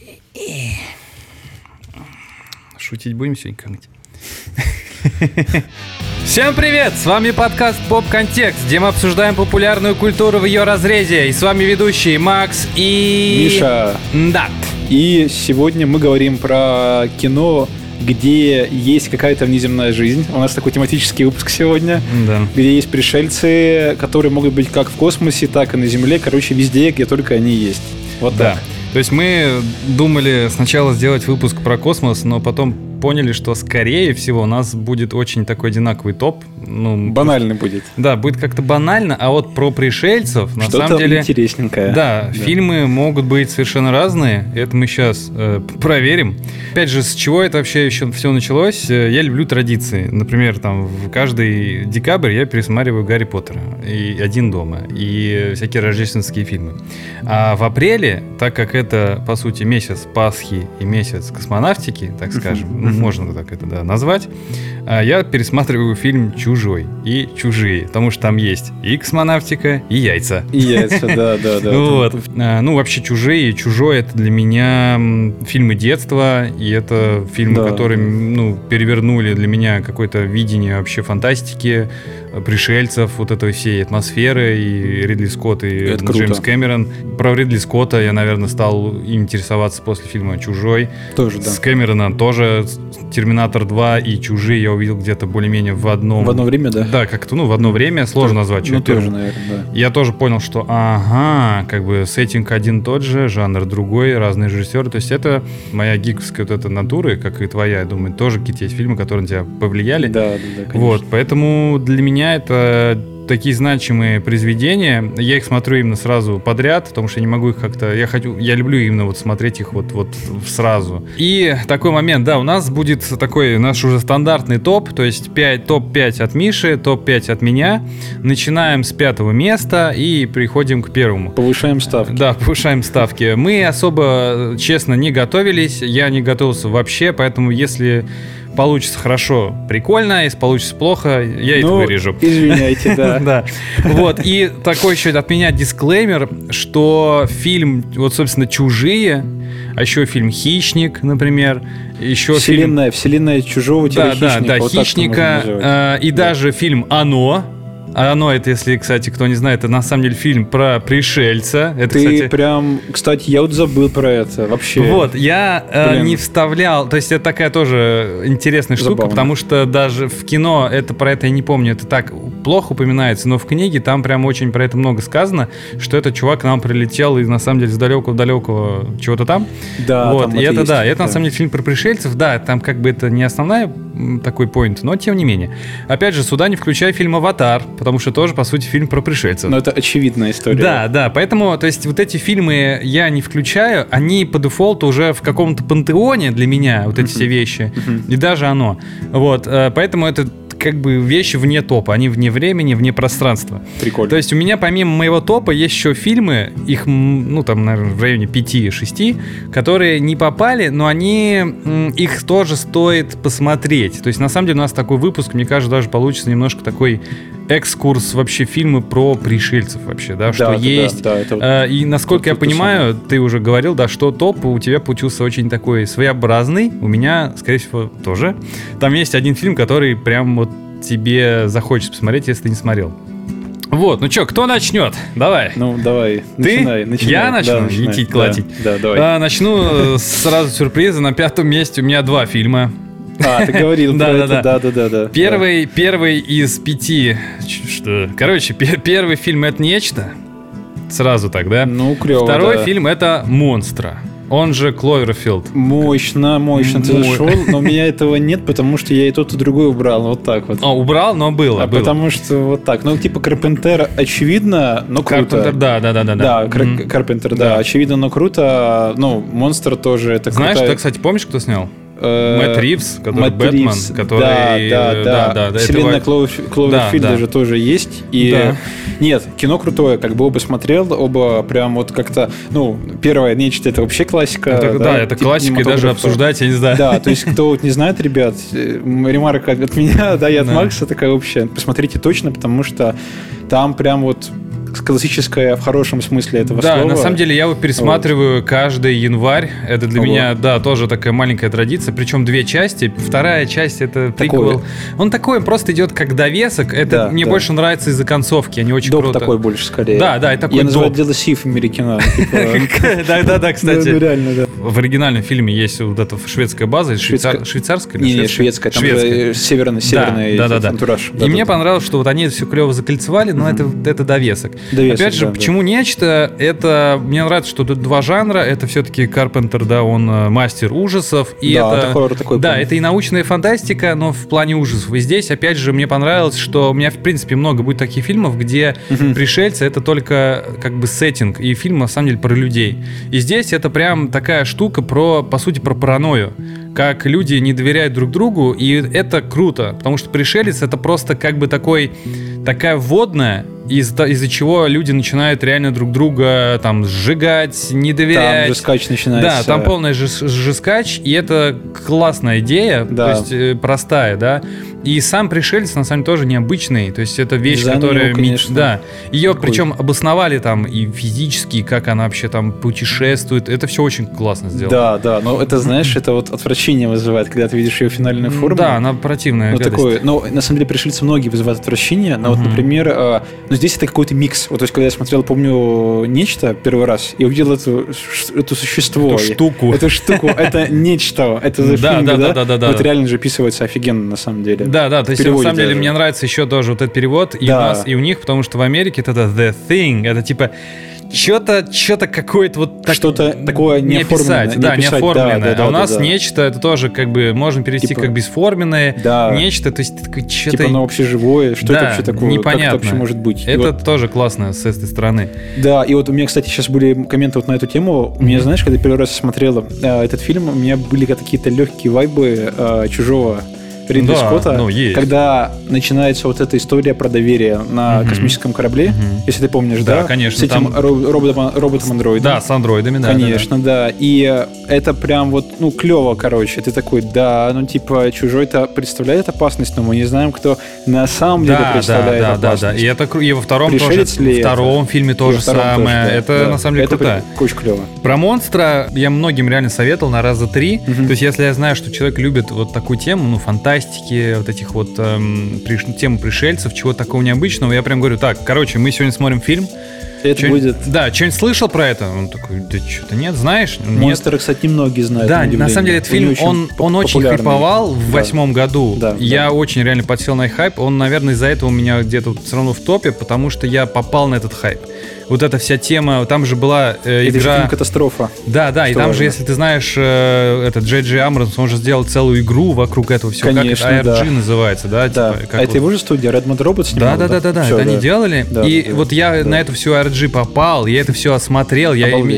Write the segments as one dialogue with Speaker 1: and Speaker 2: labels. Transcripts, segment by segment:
Speaker 1: Шутить будем сегодня как-нибудь? Всем привет! С вами подкаст «Поп-контекст», где мы обсуждаем популярную культуру в ее разрезе. И с вами ведущие Макс и...
Speaker 2: Миша.
Speaker 1: Да.
Speaker 2: И сегодня мы говорим про кино, где есть какая-то внеземная жизнь. У нас такой тематический выпуск сегодня.
Speaker 1: Да.
Speaker 2: Где есть пришельцы, которые могут быть как в космосе, так и на Земле. Короче, везде, где только они есть. Вот
Speaker 1: Да.
Speaker 2: так.
Speaker 1: То есть мы думали сначала сделать выпуск про космос, но потом поняли, что скорее всего у нас будет очень такой одинаковый топ. Ну,
Speaker 2: банальный будет.
Speaker 1: Да, будет как-то банально, а вот про пришельцев, на
Speaker 2: что-то
Speaker 1: самом деле...
Speaker 2: интересненькое.
Speaker 1: Да, фильмы могут быть совершенно разные, это мы сейчас проверим. Опять же, с чего это вообще еще все началось? Я люблю традиции. Например, там в каждый декабрь я пересматриваю «Гарри Поттера» и «Один дома», и всякие рождественские фильмы. А в апреле, так как это, по сути, месяц Пасхи и месяц космонавтики, так скажем, можно так это назвать, я пересматриваю фильм «Чужой» и «Чужие», потому что там есть и космонавтика, и яйца.
Speaker 2: И яйца, да.
Speaker 1: Вот. Ну, вообще «Чужие» и «Чужой» — это для меня фильмы детства, и это фильмы, которые, перевернули для меня какое-то видение вообще фантастики, пришельцев, вот этой всей атмосферы, и Ридли Скотт, и
Speaker 2: это
Speaker 1: Джеймс
Speaker 2: круто.
Speaker 1: Кэмерон. Про Ридли Скотта я, наверное, стал интересоваться после фильма «Чужой».
Speaker 2: Тоже, да.
Speaker 1: С Кэмерона тоже «Терминатор 2» и «Чужие» я увидел где-то более-менее в одно
Speaker 2: время, да?
Speaker 1: Да, как-то, в одно время. Сложно назвать, что это.
Speaker 2: тоже, наверное, да.
Speaker 1: Я тоже понял, что, сеттинг один тот же, жанр другой, разные режиссеры. То есть это моя гиковская вот эта натура, как и твоя, я думаю, тоже какие-то есть фильмы, которые на тебя повлияли.
Speaker 2: Да, конечно.
Speaker 1: Вот, поэтому для меня это такие значимые произведения. Я их смотрю именно сразу подряд, потому что я не могу их как-то... Я люблю именно смотреть их вот сразу. И такой момент, да, у нас будет такой наш уже стандартный топ, то есть топ-5 от Миши, топ-5 от меня. Начинаем с 5-го места и приходим к 1-му.
Speaker 2: Повышаем ставки.
Speaker 1: Да, повышаем ставки. Мы особо, честно, не готовились, я не готовился вообще, поэтому если... получится хорошо, прикольно, если получится плохо, я это вырежу.
Speaker 2: Извиняйте, да.
Speaker 1: Да. Вот, и такой еще от меня дисклеймер, что фильм, собственно, «Чужие», а еще фильм «Хищник», например, еще
Speaker 2: Вселенная чужого-хищника.
Speaker 1: Да, «Хищника», и даже фильм «Оно». «Оно» — это, если, кстати, кто не знает, это на самом деле фильм про пришельца. Это,
Speaker 2: Кстати, я вот забыл про это вообще.
Speaker 1: Вот, я не вставлял, то есть это такая тоже интересная штука, потому что даже в кино про это я не помню, это так плохо упоминается, но в книге там прям очень про это много сказано, что этот чувак к нам прилетел из, на самом деле, с далекого чего-то там.
Speaker 2: Да,
Speaker 1: вот,
Speaker 2: там
Speaker 1: и это,
Speaker 2: есть,
Speaker 1: это на самом деле фильм про пришельцев, да, там как бы это не основной такой поинт, но тем не менее. Опять же, сюда не включая фильм «Аватар», потому что тоже, по сути, фильм про пришельцев.
Speaker 2: Но это очевидная история.
Speaker 1: Да, поэтому, то есть, вот эти фильмы я не включаю, они по дефолту уже в каком-то пантеоне для меня, вот эти все вещи, и даже «Оно». Вот, поэтому это как бы вещи вне топа, они вне времени, вне пространства.
Speaker 2: Прикольно.
Speaker 1: То есть у меня помимо моего топа есть еще фильмы, их, там, наверное, в районе 5-6, которые не попали, но их тоже стоит посмотреть. То есть на самом деле у нас такой выпуск, мне кажется, даже получится немножко такой экскурс вообще фильмы про пришельцев вообще, да, что есть. Да, и насколько я понимаю, ты уже говорил, да, что топ у тебя получился очень такой своеобразный, у меня, скорее всего, тоже. Там есть один фильм, который прям вот тебе захочется посмотреть, если ты не смотрел. Вот, кто начнет? Давай.
Speaker 2: Давай.
Speaker 1: Ты?
Speaker 2: Начинай.
Speaker 1: Я начну? Етить, колотить.
Speaker 2: Да, давай.
Speaker 1: Начну сразу с сюрприза. На 5-м месте у меня 2 фильма.
Speaker 2: Ты говорил про это. Да.
Speaker 1: Первый из 5. Короче, первый фильм — это «Нечто». Сразу так, да?
Speaker 2: Клево.
Speaker 1: Второй фильм — это «Монстра». Он же Кловерфилд.
Speaker 2: Мощно ты зашел, но у меня этого нет, потому что я и тот, и другой убрал, вот так вот.
Speaker 1: Убрал, но было.
Speaker 2: Потому что вот так. Карпентер очевидно, но круто.
Speaker 1: Карпентер, да.
Speaker 2: Да, Карпентер, да, очевидно, но круто. Монстр тоже, это круто.
Speaker 1: Знаешь, ты, кстати, помнишь, кто снял? Мэтт Ривз, который Бэтмен, который...
Speaker 2: Да. Вселенная Кловерфилда же тоже есть. Нет, кино крутое, как бы оба смотрел, оба прям вот как-то... Первое «Нечто» — это вообще классика.
Speaker 1: Это классика, и даже обсуждать, я не знаю.
Speaker 2: Да, то есть, кто вот не знает, ребят, ремарка от меня, и от Макса такая общая. Посмотрите точно, потому что там прям вот классическое в хорошем смысле этого слова.
Speaker 1: Да, на самом деле я его пересматриваю каждый январь. Это для меня, да, тоже такая маленькая традиция. Причем 2 части. Вторая часть — это приквел. Он такой просто идет как довесок. Это мне больше нравится из-за концовки. Они очень круто.
Speaker 2: Такой больше скорее.
Speaker 1: Да, и такой
Speaker 2: я называю DLC в мире кино.
Speaker 1: Да, кстати.
Speaker 2: Реально, да.
Speaker 1: В оригинальном фильме есть вот эта шведская база. Швейцарская?
Speaker 2: Не, шведская. Там же северный антураж.
Speaker 1: И мне понравилось, что вот они это все клево закольцевали, но это довесок. Опять же, почему нечто? Это мне нравится, что тут 2 жанра. Это все-таки Карпентер, да, он мастер ужасов. И это и научная фантастика, но в плане ужасов. И здесь, опять же, мне понравилось, что у меня, в принципе, много будет таких фильмов, где пришельцы — это только как бы сеттинг, и фильм, на самом деле, про людей. И здесь это прям такая штука по сути, про паранойю. Как люди не доверяют друг другу, и это круто, потому что пришелец — это просто как бы такая вводная, из-за чего люди начинают реально друг друга там сжигать, не доверять.
Speaker 2: Там жескач начинается.
Speaker 1: Да, там полный жескач, и это классная идея, то есть простая, да. И сам пришелец, на самом деле, тоже необычный, то есть это вещь, которая... Да, ее причем обосновали там и физически, как она вообще там путешествует, это все очень классно сделано.
Speaker 2: Да, но это, знаешь, это вот отвращение вызывает, когда ты видишь ее финальную форму.
Speaker 1: Да, она противная.
Speaker 2: Но на самом деле пришельцы многие вызывают отвращение, но вот, например... здесь это какой-то микс. Вот, то есть, когда я смотрел, помню, «Нечто» первый раз, и увидел это существо. Эту штуку. Это нечто. Это за фильм, да? Вот реально же описывается офигенно, на самом деле.
Speaker 1: Да, то есть, на самом деле, мне нравится еще тоже вот этот перевод и у нас, и у них, потому что в Америке это «the thing», это типа... Что-то какое-то вот
Speaker 2: что-то такое
Speaker 1: не описать, неоформленное. А у нас нечто, это тоже как бы можно перевести как бесформенное, нечто, то есть что-то...
Speaker 2: Типа оно вообще живое, что это вообще такое,
Speaker 1: непонятно.
Speaker 2: Как это вообще может быть?
Speaker 1: Это тоже классно с этой стороны.
Speaker 2: Да, и вот у меня, кстати, сейчас были комменты вот на эту тему. У меня, знаешь, когда я первый раз смотрел этот фильм, у меня были какие-то легкие вайбы «Чужого». Ридли Скотта, когда начинается вот эта история про доверие на космическом корабле, если ты помнишь, да?
Speaker 1: Конечно.
Speaker 2: С этим роботом-андроидом.
Speaker 1: Да, с андроидами, да.
Speaker 2: Конечно, да. И это прям вот, клево, короче. Ты такой, типа, чужой-то представляет опасность, но мы не знаем, кто на самом деле представляет опасность.
Speaker 1: Да. И это и во втором фильме тоже самое. Это на самом деле круто.
Speaker 2: Это очень клево.
Speaker 1: Про монстра я многим реально советовал на раза 3. То есть, если я знаю, что человек любит вот такую тему, фантастику, вот этих вот тем пришельцев, чего такого необычного, я прям говорю, так, короче, мы сегодня смотрим фильм.
Speaker 2: Это будет...
Speaker 1: Да, что-нибудь слышал про это? Он такой, да что-то нет, знаешь?
Speaker 2: Монстры, кстати, немногие знают.
Speaker 1: Да, на самом деле этот фильм, он очень хайповал в 2008 году. Я очень реально подсел на хайп. Он, наверное, из-за этого у меня где-то все равно в топе, потому что я попал на этот хайп. Вот эта вся тема, там же была игра...
Speaker 2: Это катастрофа.
Speaker 1: Да, и там же, если ты знаешь, этот Джей Джей Абрамс, он же сделал целую игру вокруг этого всего.
Speaker 2: Конечно,
Speaker 1: как это ARG называется, да?
Speaker 2: Типа, это его же студия, Redmond Robot снимал.
Speaker 1: Да, это они делали. И вот я на это все ARG попал, я это все осмотрел.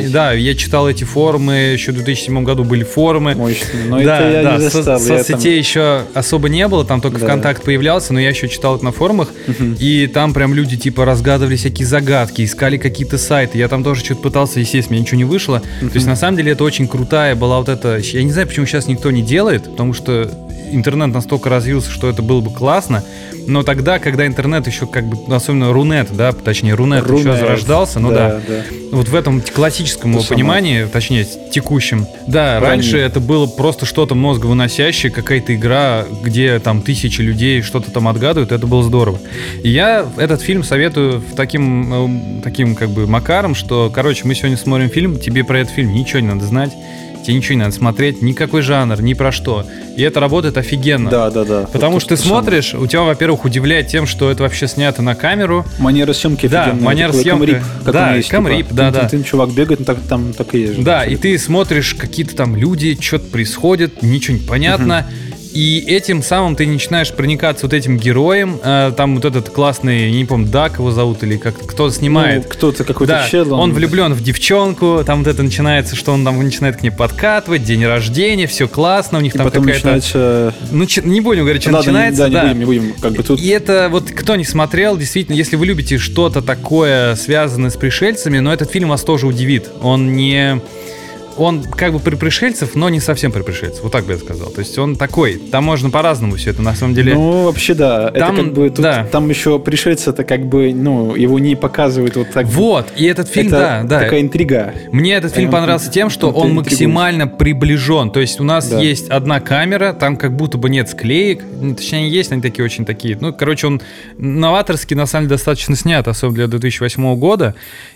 Speaker 1: Я читал эти форумы, еще в 2007 году были форумы.
Speaker 2: Мощно. Но это я не застал.
Speaker 1: Соцсетей еще особо не было, там только ВКонтакт появлялся, но я еще читал это на форумах. И там прям люди типа разгадывали всякие загадки, искали какие-то сайты. Я там тоже что-то пытался, естественно, мне ничего не вышло. То есть, на самом деле, это очень крутая была вот эта... Я не знаю, почему сейчас никто не делает, потому что интернет настолько развился, что это было бы классно. Но тогда, когда интернет еще как бы, особенно Рунет, да, точнее, Рунет еще зарождался, вот в этом классическом его понимании, точнее, текущем, раньше это было просто что-то мозговыносящее, какая-то игра, где там тысячи людей что-то там отгадывают, это было здорово. И я этот фильм советую таким как бы макаром, что, короче, мы сегодня смотрим фильм, тебе про этот фильм ничего не надо знать, тебе ничего не надо смотреть, никакой жанр, ни про что. И это работает офигенно.
Speaker 2: Да.
Speaker 1: Потому что ты смотришь, у тебя, во-первых, удивляет тем, что это вообще снято на камеру.
Speaker 2: Манера съемки офигенная.
Speaker 1: Да, манера съемки. Камрип, да.
Speaker 2: Чувак бегает, там так и есть.
Speaker 1: Да, и ты смотришь, какие-то там люди, что-то происходит, ничего не понятно. И этим самым ты начинаешь проникаться вот этим героем. Там вот этот классный, не помню, Дак его зовут, или как кто-то снимает.
Speaker 2: Кто-то какой-то чел.
Speaker 1: Он влюблен в девчонку. Там вот это начинается, что он там начинает к ней подкатывать, день рождения, все классно. У них
Speaker 2: и
Speaker 1: там
Speaker 2: потом
Speaker 1: какая-то...
Speaker 2: начинается...
Speaker 1: не будем говорить, что начинается.
Speaker 2: Не будем. Как бы тут...
Speaker 1: И это вот кто не смотрел, действительно, если вы любите что-то такое, связанное с пришельцами, но этот фильм вас тоже удивит. Он не он как бы при пришельцев, но не совсем при пришельцев, вот так бы я сказал. То есть он такой, там можно по-разному все это, на самом деле.
Speaker 2: Ну, вообще, да. Там, это как бы, тут, да. Там еще пришельцы-то как бы, ну, его не показывают вот так.
Speaker 1: Вот, и этот фильм,
Speaker 2: это
Speaker 1: да.
Speaker 2: такая интрига.
Speaker 1: Мне этот фильм понравился тем, что он максимально приближен. То есть у нас есть одна камера, там как будто бы нет склеек, точнее, есть они такие очень такие. Ну, короче, он новаторский, на самом деле, достаточно снят, особенно для 2008 года.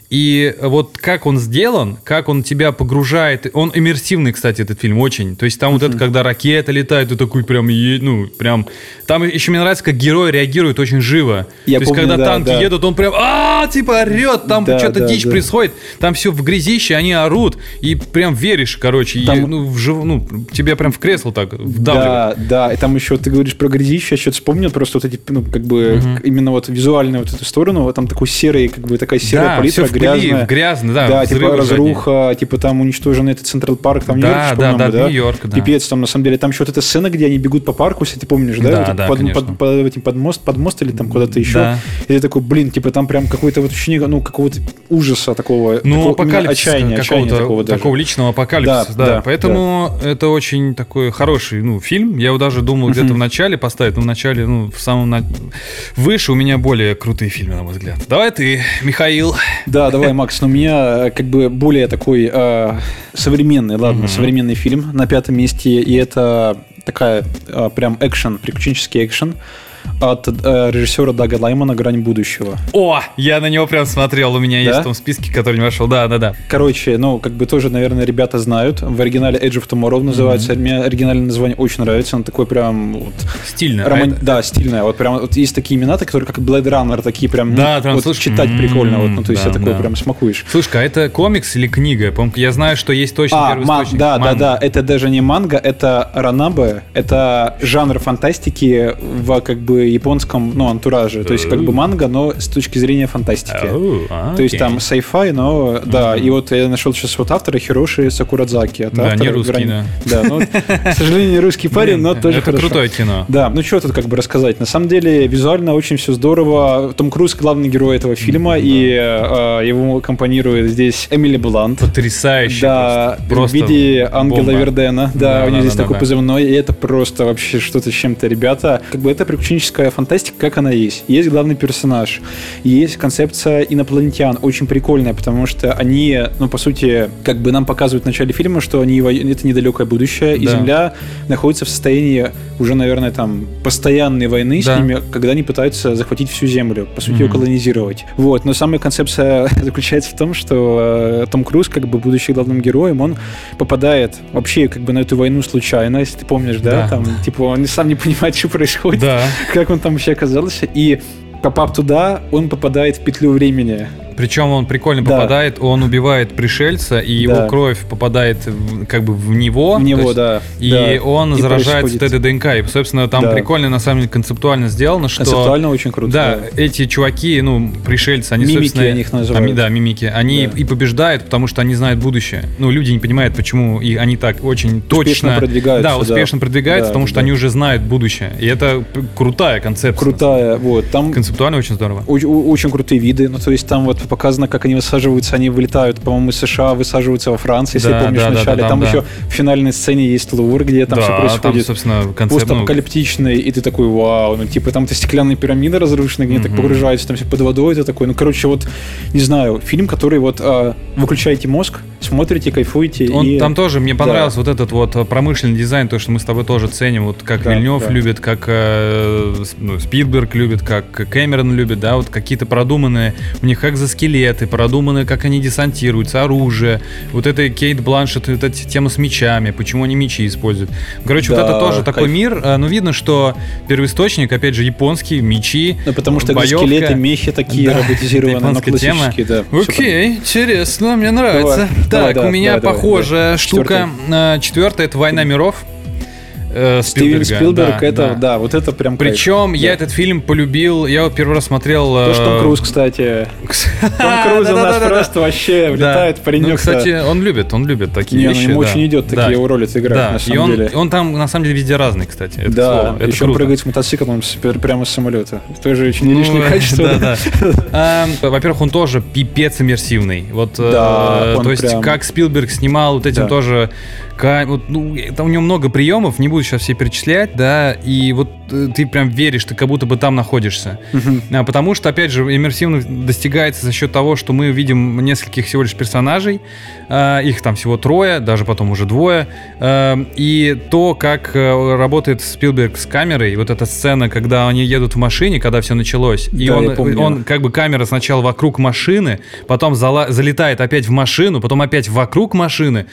Speaker 1: И вот как он сделан, как он тебя погружает. Он иммерсивный, кстати, этот фильм очень. То есть там вот это, когда ракета летает, ты такой прям, ну, прям... Там еще мне нравится, как герой реагирует очень живо. То есть когда танки едут, он прям, типа орет, там что-то дичь происходит. Там все в грязище, они орут. И прям веришь, короче. Там... тебя прям в кресло так вдавливает.
Speaker 2: Да. И там еще, ты говоришь про грязище, я что-то вспомнил, просто вот эти, ну, как бы, именно вот визуальную вот эту сторону, там такой серый, как бы такая серая палитра,
Speaker 1: грязно, да.
Speaker 2: Да, типа разруха, типа там уничтожен этот Централ Парк, там Нью-Йорк,
Speaker 1: да, Нью-Йорк, да.
Speaker 2: Пипец, там на самом деле, там еще вот эта сцена, где они бегут по парку, если ты помнишь, да? Под мост или там куда-то еще. Да. И ты такой, блин, типа там прям какое-то вот ощущение, ну, какого-то ужаса такого.
Speaker 1: Ну, апокалипсиса,
Speaker 2: отчаяния
Speaker 1: такого личного апокалипсиса, да. Поэтому это очень такой хороший, ну, фильм. Я его даже думал где-то в начале поставить, но в начале, ну, в самом выше у меня более крутые фильмы, на мой взгляд. Давай ты, Михаил.
Speaker 2: Да, давай, Макс, но у меня как бы более такой современный, современный фильм на 5-м месте, и это такая прям экшен, приключенческий экшен от режиссера Дага Лаймана «Грань будущего».
Speaker 1: О, я на него прям смотрел, у меня есть в том списке, который не вошел, да.
Speaker 2: Короче, ну, как бы тоже, наверное, ребята знают. В оригинале Edge of Tomorrow называется. Мне оригинальное название очень нравится, он такой прям... Вот,
Speaker 1: стильное.
Speaker 2: Да, стильное. Вот прям вот есть такие имена, которые как Blade Runner, такие прям, вот,
Speaker 1: слушай,
Speaker 2: читать прикольно. Вот, ну, то есть я такой прям смакуешь.
Speaker 1: Слушай, а это комикс или книга? Я знаю, что есть точно первый источник.
Speaker 2: Да, это даже не манга, это ранабе, это жанр фантастики в как бы японском, ну, антураже. То есть как бы манга, но с точки зрения фантастики. То есть там sci-fi, но да. И вот я нашел сейчас вот автора Хироши Сакурадзаки.
Speaker 1: Да, не русский, да.
Speaker 2: Да, ну, к сожалению, не русский парень, но тоже хорошо.
Speaker 1: Это крутое кино.
Speaker 2: Да, ну что тут как бы рассказать. На самом деле визуально очень все здорово. Том Круз главный герой этого фильма, и его аккомпанирует здесь Эмили Блант.
Speaker 1: Потрясающе.
Speaker 2: Да, в виде Ангела Вердена. Да, у него здесь такой позывной, и это просто вообще что-то с чем-то, ребята. Как бы это приключенческая фантастика, как она есть. Есть главный персонаж, есть концепция инопланетян, очень прикольная, потому что они, ну, по сути, как бы нам показывают в начале фильма, что это недалекое будущее, и Земля находится в состоянии уже, наверное, там, постоянной войны с ними, когда они пытаются захватить всю Землю, по сути, ее колонизировать. Вот, но самая концепция заключается в том, что Том Круз, как бы будучи главным героем, он попадает вообще как бы на эту войну случайно, если ты помнишь, да? Там, типа, он сам не понимает, что происходит, как он там вообще оказался, и попав туда, он попадает в петлю времени.
Speaker 1: Причем он прикольно попадает, он убивает пришельца, и его кровь попадает как бы в него.
Speaker 2: В него,
Speaker 1: И он заражает этой ДНК. И, собственно, там прикольно, на самом деле, концептуально сделано, что...
Speaker 2: Концептуально очень круто.
Speaker 1: Да, эти чуваки, ну, пришельцы, они,
Speaker 2: мимики,
Speaker 1: собственно...
Speaker 2: они их называют.
Speaker 1: Мимики. Они и побеждают, потому что они знают будущее. Ну, люди не понимают, почему и они так очень точно...
Speaker 2: Успешно
Speaker 1: продвигаются, потому что они уже знают будущее. И это крутая концепция.
Speaker 2: Крутая, вот. Там
Speaker 1: концептуально очень здорово.
Speaker 2: Очень крутые виды. Ну, то есть там вот показано, как они высаживаются, они вылетают, по-моему, из США, высаживаются во Франции, если помнишь в начале. Там еще в финальной сцене есть Лувр, где там все происходит.
Speaker 1: Там, собственно,
Speaker 2: постапокалиптичный, и ты такой, вау, ну, типа, там стеклянные пирамиды разрушены, где так погружаются, там все под водой, ты такой, ну, короче, вот, не знаю, фильм, который вот выключаете мозг, смотрите, кайфуете.
Speaker 1: Там тоже мне понравился вот этот вот промышленный дизайн, то, что мы с тобой тоже ценим, вот как Вильнёв любит, как Спилберг любит, как Кэмерон любит, да, вот какие-то продуманные у них экзоскелеты, продуманные, как они десантируются, оружие, вот это Кейт Бланшетт, эта тема с мечами, почему они мечи используют. Короче, вот это тоже такой мир, но видно, что первоисточник, опять же, японский, мечи,
Speaker 2: ну, потому что экзоскелеты, мехи такие роботизированные, но классические,
Speaker 1: да. Окей, интересно, мне нравится. Так, у меня похожая штука. 4-я — это «Война миров».
Speaker 2: Стивен Спилберг, вот это прям кайф.
Speaker 1: Причем я этот фильм полюбил, я его первый раз смотрел...
Speaker 2: Тоже Том Круз, кстати. Том Круз у нас просто вообще влетает паренек.
Speaker 1: Ну, кстати, он любит такие вещи.
Speaker 2: Ему очень идет такие роли сыграть, на самом деле.
Speaker 1: Он там, на самом деле, везде разный, кстати.
Speaker 2: Да, еще он прыгает с мотоциклом прямо с самолета. Тоже очень лишнее качество.
Speaker 1: Во-первых, он тоже пипец иммерсивный. То есть, как Спилберг снимал вот этим тоже... Там у него много приемов, не буду сейчас все перечислять, да, и вот ты прям веришь, ты как будто бы там находишься. Потому что, опять же, иммерсивность достигается за счет того, что мы видим нескольких всего лишь персонажей, их там всего 3, даже потом уже 2, и то, как работает Спилберг с камерой, вот эта сцена, когда они едут в машине, когда все началось, и он как бы камера сначала вокруг машины, потом залетает опять в машину, потом опять вокруг машины.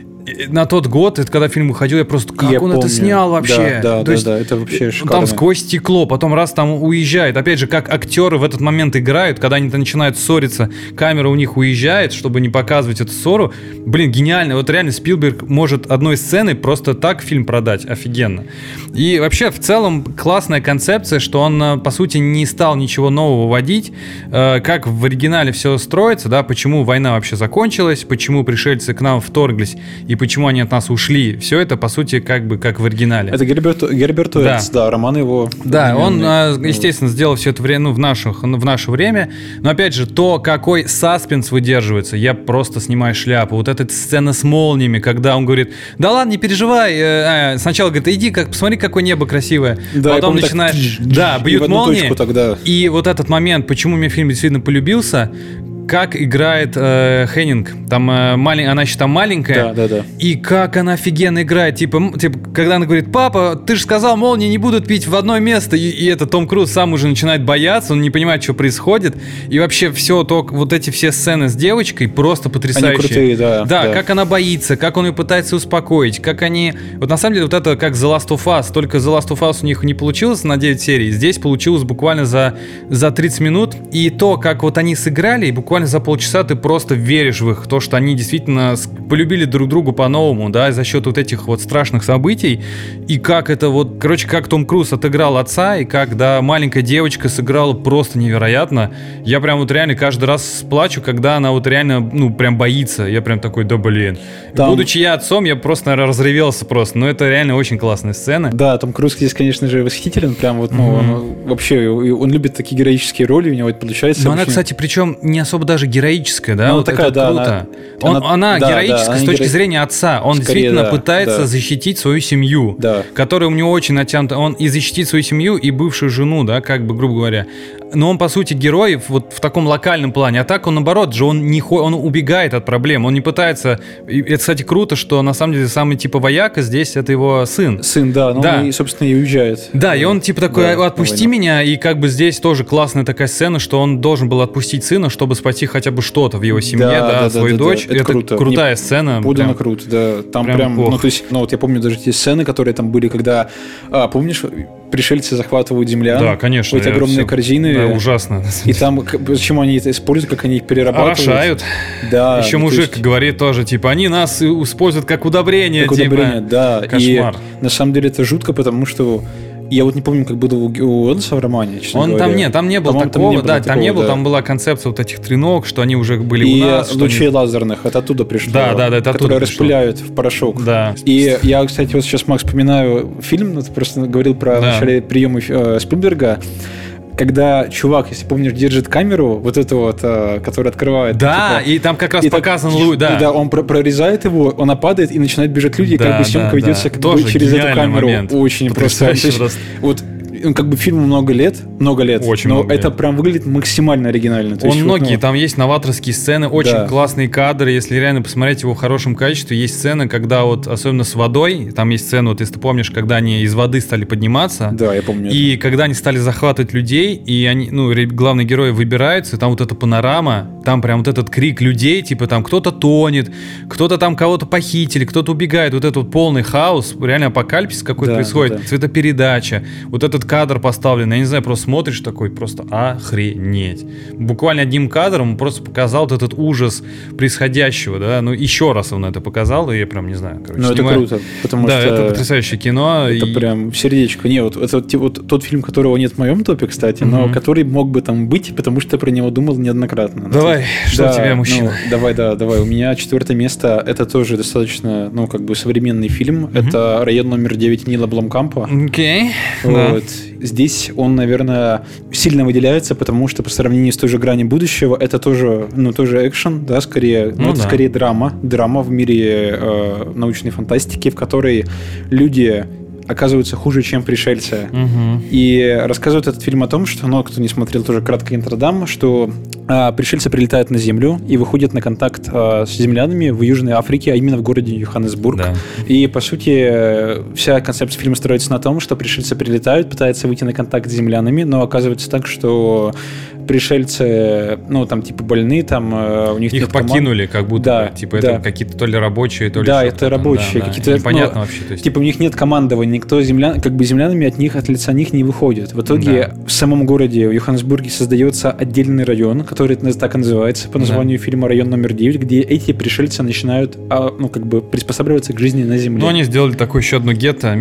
Speaker 1: На тот год, это когда фильм выходил, я просто... Как он это снял вообще?
Speaker 2: Да, это вообще шикарно.
Speaker 1: Там сквозь стекло, потом раз там уезжает. Опять же, как актеры в этот момент играют, когда они начинают ссориться, камера у них уезжает, чтобы не показывать эту ссору. Блин, гениально. Вот реально Спилберг может одной сценой просто так фильм продать. Офигенно. И вообще, в целом, классная концепция, что он, по сути, не стал ничего нового вводить. Как в оригинале все строится, да, почему война вообще закончилась, почему пришельцы к нам вторглись, и почему они от нас ушли. Все это, по сути, как бы как в оригинале.
Speaker 2: Это Герберт Уэллс, роман его.
Speaker 1: Да, он, естественно, сделал все это время, в наше время. Но, опять же, то, какой саспенс выдерживается, я просто снимаю шляпу. Вот эта сцена с молниями, когда он говорит, да ладно, не переживай. Сначала говорит, иди, посмотри, какое небо красивое.
Speaker 2: Да,
Speaker 1: потом начинает... бьют молнии.
Speaker 2: Тогда.
Speaker 1: И вот этот момент, почему мне фильм действительно полюбился, как играет Хеннинг. Там она еще там маленькая.
Speaker 2: Да.
Speaker 1: И как она офигенно играет. Типа, когда она говорит, папа, ты же сказал, молнии не будут пить в одно место. И это Том Круз сам уже начинает бояться, он не понимает, что происходит. И вообще вот эти все сцены с девочкой просто потрясающие.
Speaker 2: Они крутые, да.
Speaker 1: Как она боится, как он ее пытается успокоить, как они... Вот на самом деле вот это как The Last of Us. Только The Last of Us у них не получилось на 9 серий. Здесь получилось буквально за 30 минут. И то, как вот они сыграли, буквально за полчаса ты просто веришь в их, то, что они действительно полюбили друг друга по-новому, да, за счет вот этих вот страшных событий, и как это вот, как Том Круз отыграл отца, и как, да, маленькая девочка сыграла просто невероятно. Я прям вот реально каждый раз плачу, когда она вот реально, прям боится. Я прям такой, да блин. Будучи я отцом, я просто, наверное, разревелся просто, но это реально очень классная сцена.
Speaker 2: Да, Том Круз здесь, конечно же, восхитителен, прям вот, он вообще, он любит такие героические роли, у него это получается.
Speaker 1: Но она, кстати, причем не особо даже героическая, да? Вот
Speaker 2: такая,
Speaker 1: это круто. Она героическая с точки зрения отца. Он действительно пытается защитить свою семью, которая у него очень натянута. Он и защитит свою семью, и бывшую жену, да, как бы, грубо говоря. Но он, по сути, герой вот в таком локальном плане. А так он, наоборот же, он убегает от проблем. Он не пытается... И это, кстати, круто, что на самом деле самый типа вояка здесь это его сын.
Speaker 2: Сын, да. Он, собственно, и уезжает.
Speaker 1: Да, и он типа такой, отпусти меня. И как бы здесь тоже классная такая сцена, что он должен был отпустить сына, чтобы спасти хотя бы что-то в его семье, свою дочь.
Speaker 2: Это круто.
Speaker 1: Крутая сцена.
Speaker 2: Подлинно круто, да. Там прям то есть, вот я помню даже те сцены, которые там были, когда, помнишь, пришельцы захватывают землян.
Speaker 1: Да, конечно.
Speaker 2: Эти огромные корзины.
Speaker 1: Да, ужасно.
Speaker 2: И там, почему они это используют, как они их перерабатывают.
Speaker 1: Орошают.
Speaker 2: Да.
Speaker 1: Еще мужик говорит тоже, типа, они нас используют как удобрение.
Speaker 2: Как удобрение, да.
Speaker 1: Кошмар.
Speaker 2: И на самом деле это жутко, потому что я вот не помню, как было у Уэллса в романе, честно говоря.
Speaker 1: Там не было такого, там была концепция вот этих треног, что они уже были у нас.
Speaker 2: И лучей лазерных, это оттуда пришло.
Speaker 1: Да, это оттуда
Speaker 2: которые распыляют в порошок.
Speaker 1: Да.
Speaker 2: И я, кстати, вот сейчас, Макс, вспоминаю фильм, ты просто говорил про начале приемы Спилберга, когда чувак, если помнишь, держит камеру, вот эту вот, которая открывает.
Speaker 1: Да, и там как раз показан Луи, да.
Speaker 2: Да, он прорезает его, она падает, и начинает бежать люди, и как бы съемка ведется как бы через эту камеру.
Speaker 1: Момент.
Speaker 2: Очень просто. Вот как бы фильму много лет,
Speaker 1: очень
Speaker 2: но
Speaker 1: много
Speaker 2: это
Speaker 1: лет.
Speaker 2: Прям выглядит максимально оригинально. То
Speaker 1: есть, многие, там есть новаторские сцены, очень классные кадры, если реально посмотреть его в хорошем качестве, есть сцены, когда вот, особенно с водой, там есть сцена, вот если ты помнишь, когда они из воды стали подниматься,
Speaker 2: да, я помню
Speaker 1: и когда они стали захватывать людей, и они, главные герои выбираются, там вот эта панорама, там прям вот этот крик людей, типа там кто-то тонет, кто-то там кого-то похитили, кто-то убегает, вот этот вот полный хаос, реально апокалипсис какой-то происходит, цветопередача, вот этот кадр поставлен, я не знаю, просто смотришь такой, просто охренеть. Буквально одним кадром он просто показал вот этот ужас происходящего, да, ну еще раз он это показал, и я прям не знаю, короче.
Speaker 2: Ну это круто, потому что...
Speaker 1: Да, это потрясающее кино.
Speaker 2: Это прям сердечко. Не, вот это вот тот фильм, которого нет в моем топе, кстати, но который мог бы там быть, потому что я про него думал неоднократно.
Speaker 1: Давай, что у тебя, мужчина?
Speaker 2: Давай. У меня 4 место, это тоже достаточно, ну, как бы современный фильм. Это «Район номер 9» Нила Бломкампа.
Speaker 1: Окей.
Speaker 2: Вот. Здесь он, наверное, сильно выделяется, потому что по сравнению с той же «Грани будущего» это тоже, тоже экшен, да, скорее, это скорее драма в мире научной фантастики, в которой люди оказываются хуже, чем пришельцы. И рассказывает этот фильм о том, что, кто не смотрел, тоже кратко интродам, что пришельцы прилетают на Землю и выходят на контакт с землянами в Южной Африке, а именно в городе Йоханнесбург. Да. И, по сути, вся концепция фильма строится на том, что пришельцы прилетают, пытаются выйти на контакт с землянами, но оказывается так, что пришельцы, больны, у них
Speaker 1: их покинули, как будто, это какие-то то ли рабочие, то ли...
Speaker 2: Да, это рабочие, какие-то...
Speaker 1: Непонятно вообще. То есть...
Speaker 2: у них нет командования, никто землянами от лица них не выходит. В итоге в самом городе, в Йоханнесбурге, создается отдельный район, который так и называется, по названию фильма «Район номер 9», где эти пришельцы начинают, приспосабливаться к жизни на Земле.
Speaker 1: Они сделали такое еще одно гетто,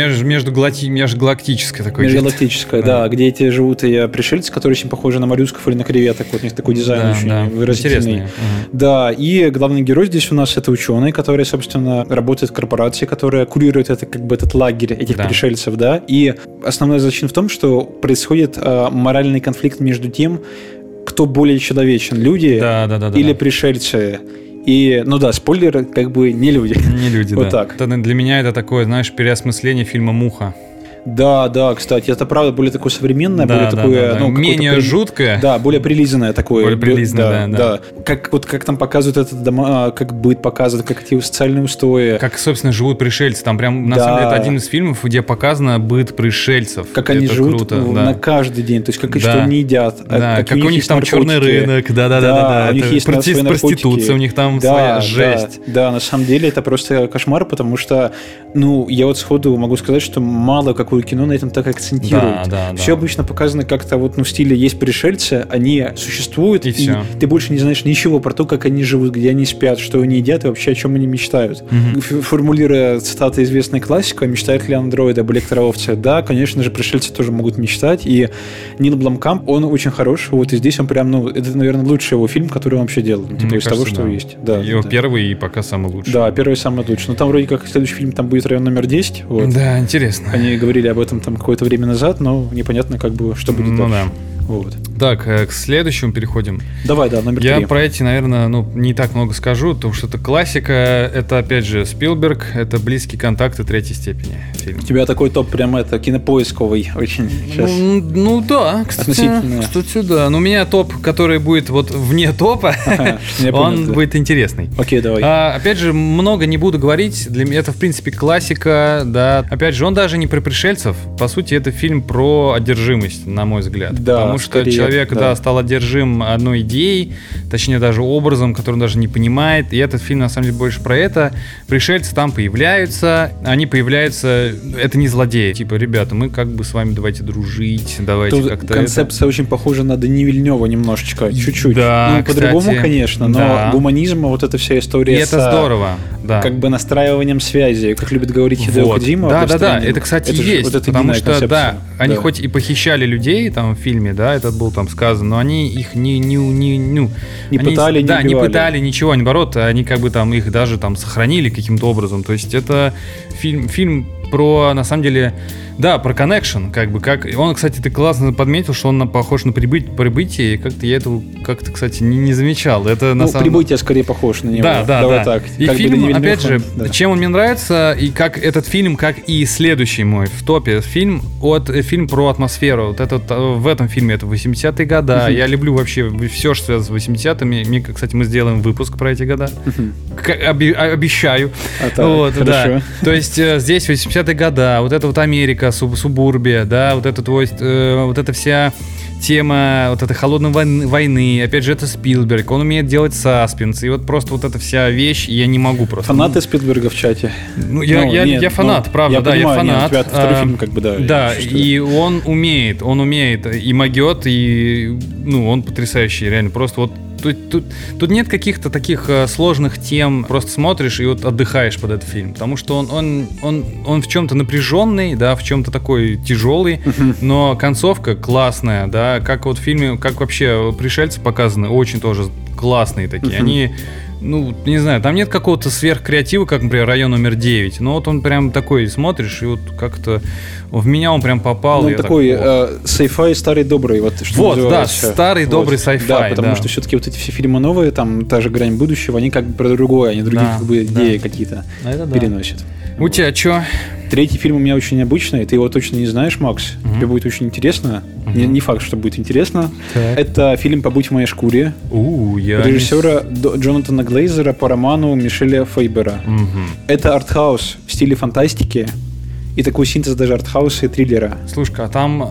Speaker 1: межгалактическое такое гетто.
Speaker 2: Межгалактическое, да, где эти живут и пришельцы, которые очень похожи на моллюсков или на креветок. Вот у них такой дизайн очень выразительный. Да, и главный герой здесь у нас это ученый, который, собственно, работает в корпорации, которая курирует этот лагерь этих пришельцев, да. И основная зачин в том, что происходит моральный конфликт между тем, кто более человечен, люди или пришельцы. И, спойлеры, не люди.
Speaker 1: Не люди,
Speaker 2: вот так.
Speaker 1: Для меня это такое, переосмысление фильма «Муха».
Speaker 2: Да, кстати, это правда более такое современное, более такое...
Speaker 1: менее жуткое.
Speaker 2: Да, более прилизанное такое.
Speaker 1: Более прилизанное, да.
Speaker 2: Как там показывают этот дома, как будет показано, как эти социальные устои.
Speaker 1: Как, собственно, живут пришельцы. Там прям, на самом деле, это один из фильмов, где показано быт пришельцев.
Speaker 2: Как они живут на каждый день, то есть, что они едят.
Speaker 1: Да, как у них там черный рынок. Да.
Speaker 2: У них есть
Speaker 1: проституция, у них там своя жесть.
Speaker 2: Да, на самом деле, это просто кошмар, потому что, я вот сходу могу сказать, что мало какое кино на этом так акцентирует. Все обычно показано как-то в стиле есть пришельцы, они существуют, и ты больше не знаешь ничего про то, как они живут, где они спят, что они едят и вообще о чем они мечтают. Формулируя цитаты известной классика, мечтают ли андроиды об электроовце? Да, конечно же, пришельцы тоже могут мечтать, и Нил Бломкамп, он очень хорош, и здесь он прям, это, наверное, лучший его фильм, который он вообще делал, из того, что есть.
Speaker 1: Его первый и пока самый лучший.
Speaker 2: Да, первый самый лучший. Но там вроде как следующий фильм там будет «Район номер 10».
Speaker 1: Да, интересно.
Speaker 2: Они говорили об этом там какое-то время назад, но непонятно, что будет дальше. Вот.
Speaker 1: Так, к следующему переходим.
Speaker 2: Давай, номер 3.
Speaker 1: Я про эти, наверное, не так много скажу, потому что это классика, это, опять же, Спилберг, это «Близкие контакты третьей степени» фильм.
Speaker 2: У тебя такой топ прям кинопоисковый очень сейчас.
Speaker 1: Да, кстати, да. Но у меня топ, который будет вне топа, он будет интересный.
Speaker 2: Окей, давай.
Speaker 1: Опять же, много не буду говорить, для меня это, в принципе, классика, да. Опять же, он даже не про пришельцев, по сути, это фильм про одержимость, на мой взгляд.
Speaker 2: Да.
Speaker 1: Потому что человек, стал одержим одной идеей, точнее даже образом, который он даже не понимает. И этот фильм, на самом деле, больше про это. Пришельцы там появляются, они появляются, это не злодеи. Ребята, мы с вами давайте дружить, давайте
Speaker 2: тут
Speaker 1: как-то...
Speaker 2: Концепция очень похожа на Дани Вильнёва немножечко, чуть-чуть.
Speaker 1: Да,
Speaker 2: по-другому, конечно, но гуманизм, эта вся история
Speaker 1: и это здорово, да.
Speaker 2: Настраиванием связи, как любит говорить Хидео Кодзима.
Speaker 1: Да, это, кстати, есть, потому что, они хоть и похищали людей там в фильме, это было там сказано, но они их не
Speaker 2: пытали, не убивали.
Speaker 1: Не пытали ничего, наоборот, они их даже там сохранили каким-то образом. То есть это фильм про, на самом деле, про коннекшн, он, кстати, ты классно подметил, что он похож на прибытие, и как-то я этого кстати, не замечал. Это
Speaker 2: прибытие скорее похож на него.
Speaker 1: Да.
Speaker 2: Так.
Speaker 1: И фильм, опять же, чем он мне нравится, и как этот фильм, как и следующий мой в топе фильм про атмосферу. В этом фильме это 80-е годы. Я люблю вообще все, что связано с 80-ми. Кстати, мы сделаем выпуск про эти года. Обещаю.
Speaker 2: Хорошо.
Speaker 1: То есть здесь 80-е годы, Америка, субурбия, вот эта вся тема вот этой холодной войны, опять же, это Спилберг, он умеет делать саспенс, и вот просто вот эта вся вещь, я не могу просто...
Speaker 2: Фанаты Спилберга в чате.
Speaker 1: Я фанат, правда, я фанат.
Speaker 2: Нет, второй фильм как бы, да.
Speaker 1: Да, и он умеет, и могет, и, он потрясающий, реально, просто вот Тут нет каких-то таких сложных тем, просто смотришь и вот отдыхаешь под этот фильм, потому что он в чем-то напряженный, да, в чем-то такой тяжелый, но концовка классная, да, как вот в фильме, как вообще пришельцы показаны, очень тоже классные такие, они... не знаю, там нет какого-то сверхкреатива, как, например, «Район номер 9», но вот он прям такой, смотришь, и вот как-то в меня он прям попал.
Speaker 2: Он такой sci-fi старый добрый, вот что
Speaker 1: вот,
Speaker 2: называется.
Speaker 1: Да, старый добрый sci-fi.
Speaker 2: Да, потому что все-таки вот эти все фильмы новые, там та же «Грань будущего», они как бы про другое, они другие как бы идеи какие-то переносят.
Speaker 1: У тебя что?
Speaker 2: Третий фильм у меня очень необычный, ты его точно не знаешь, Макс. Тебе будет очень интересно. Не факт, что будет интересно. Так. Это фильм «Побудь в моей шкуре» режиссера Джонатана Глейзера по роману Мишеля Фейбера. Это артхаус в стиле фантастики. И такой синтез даже артхауса и триллера.
Speaker 1: Слушай, а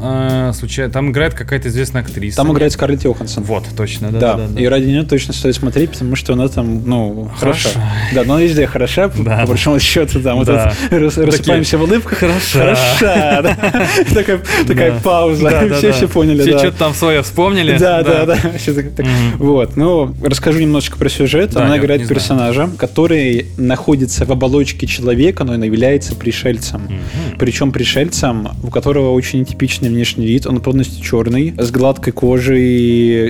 Speaker 1: там играет какая-то известная актриса.
Speaker 2: Там играет Скарлетт Йоханссон.
Speaker 1: Вот, точно,
Speaker 2: да. И ради нее точно стоит смотреть, потому что она там, хороша. Да, но она везде хороша, по большому счету, да. Мы тут рассыпаемся в улыбках. Хороша. Такая пауза. Все поняли.
Speaker 1: Все что-то там свое вспомнили.
Speaker 2: Да. Вот, расскажу немножечко про сюжет. Она играет персонажа, который находится в оболочке человека, но является пришельцем. Причем пришельцем, у которого очень нетипичный внешний вид, он полностью черный, с гладкой кожей,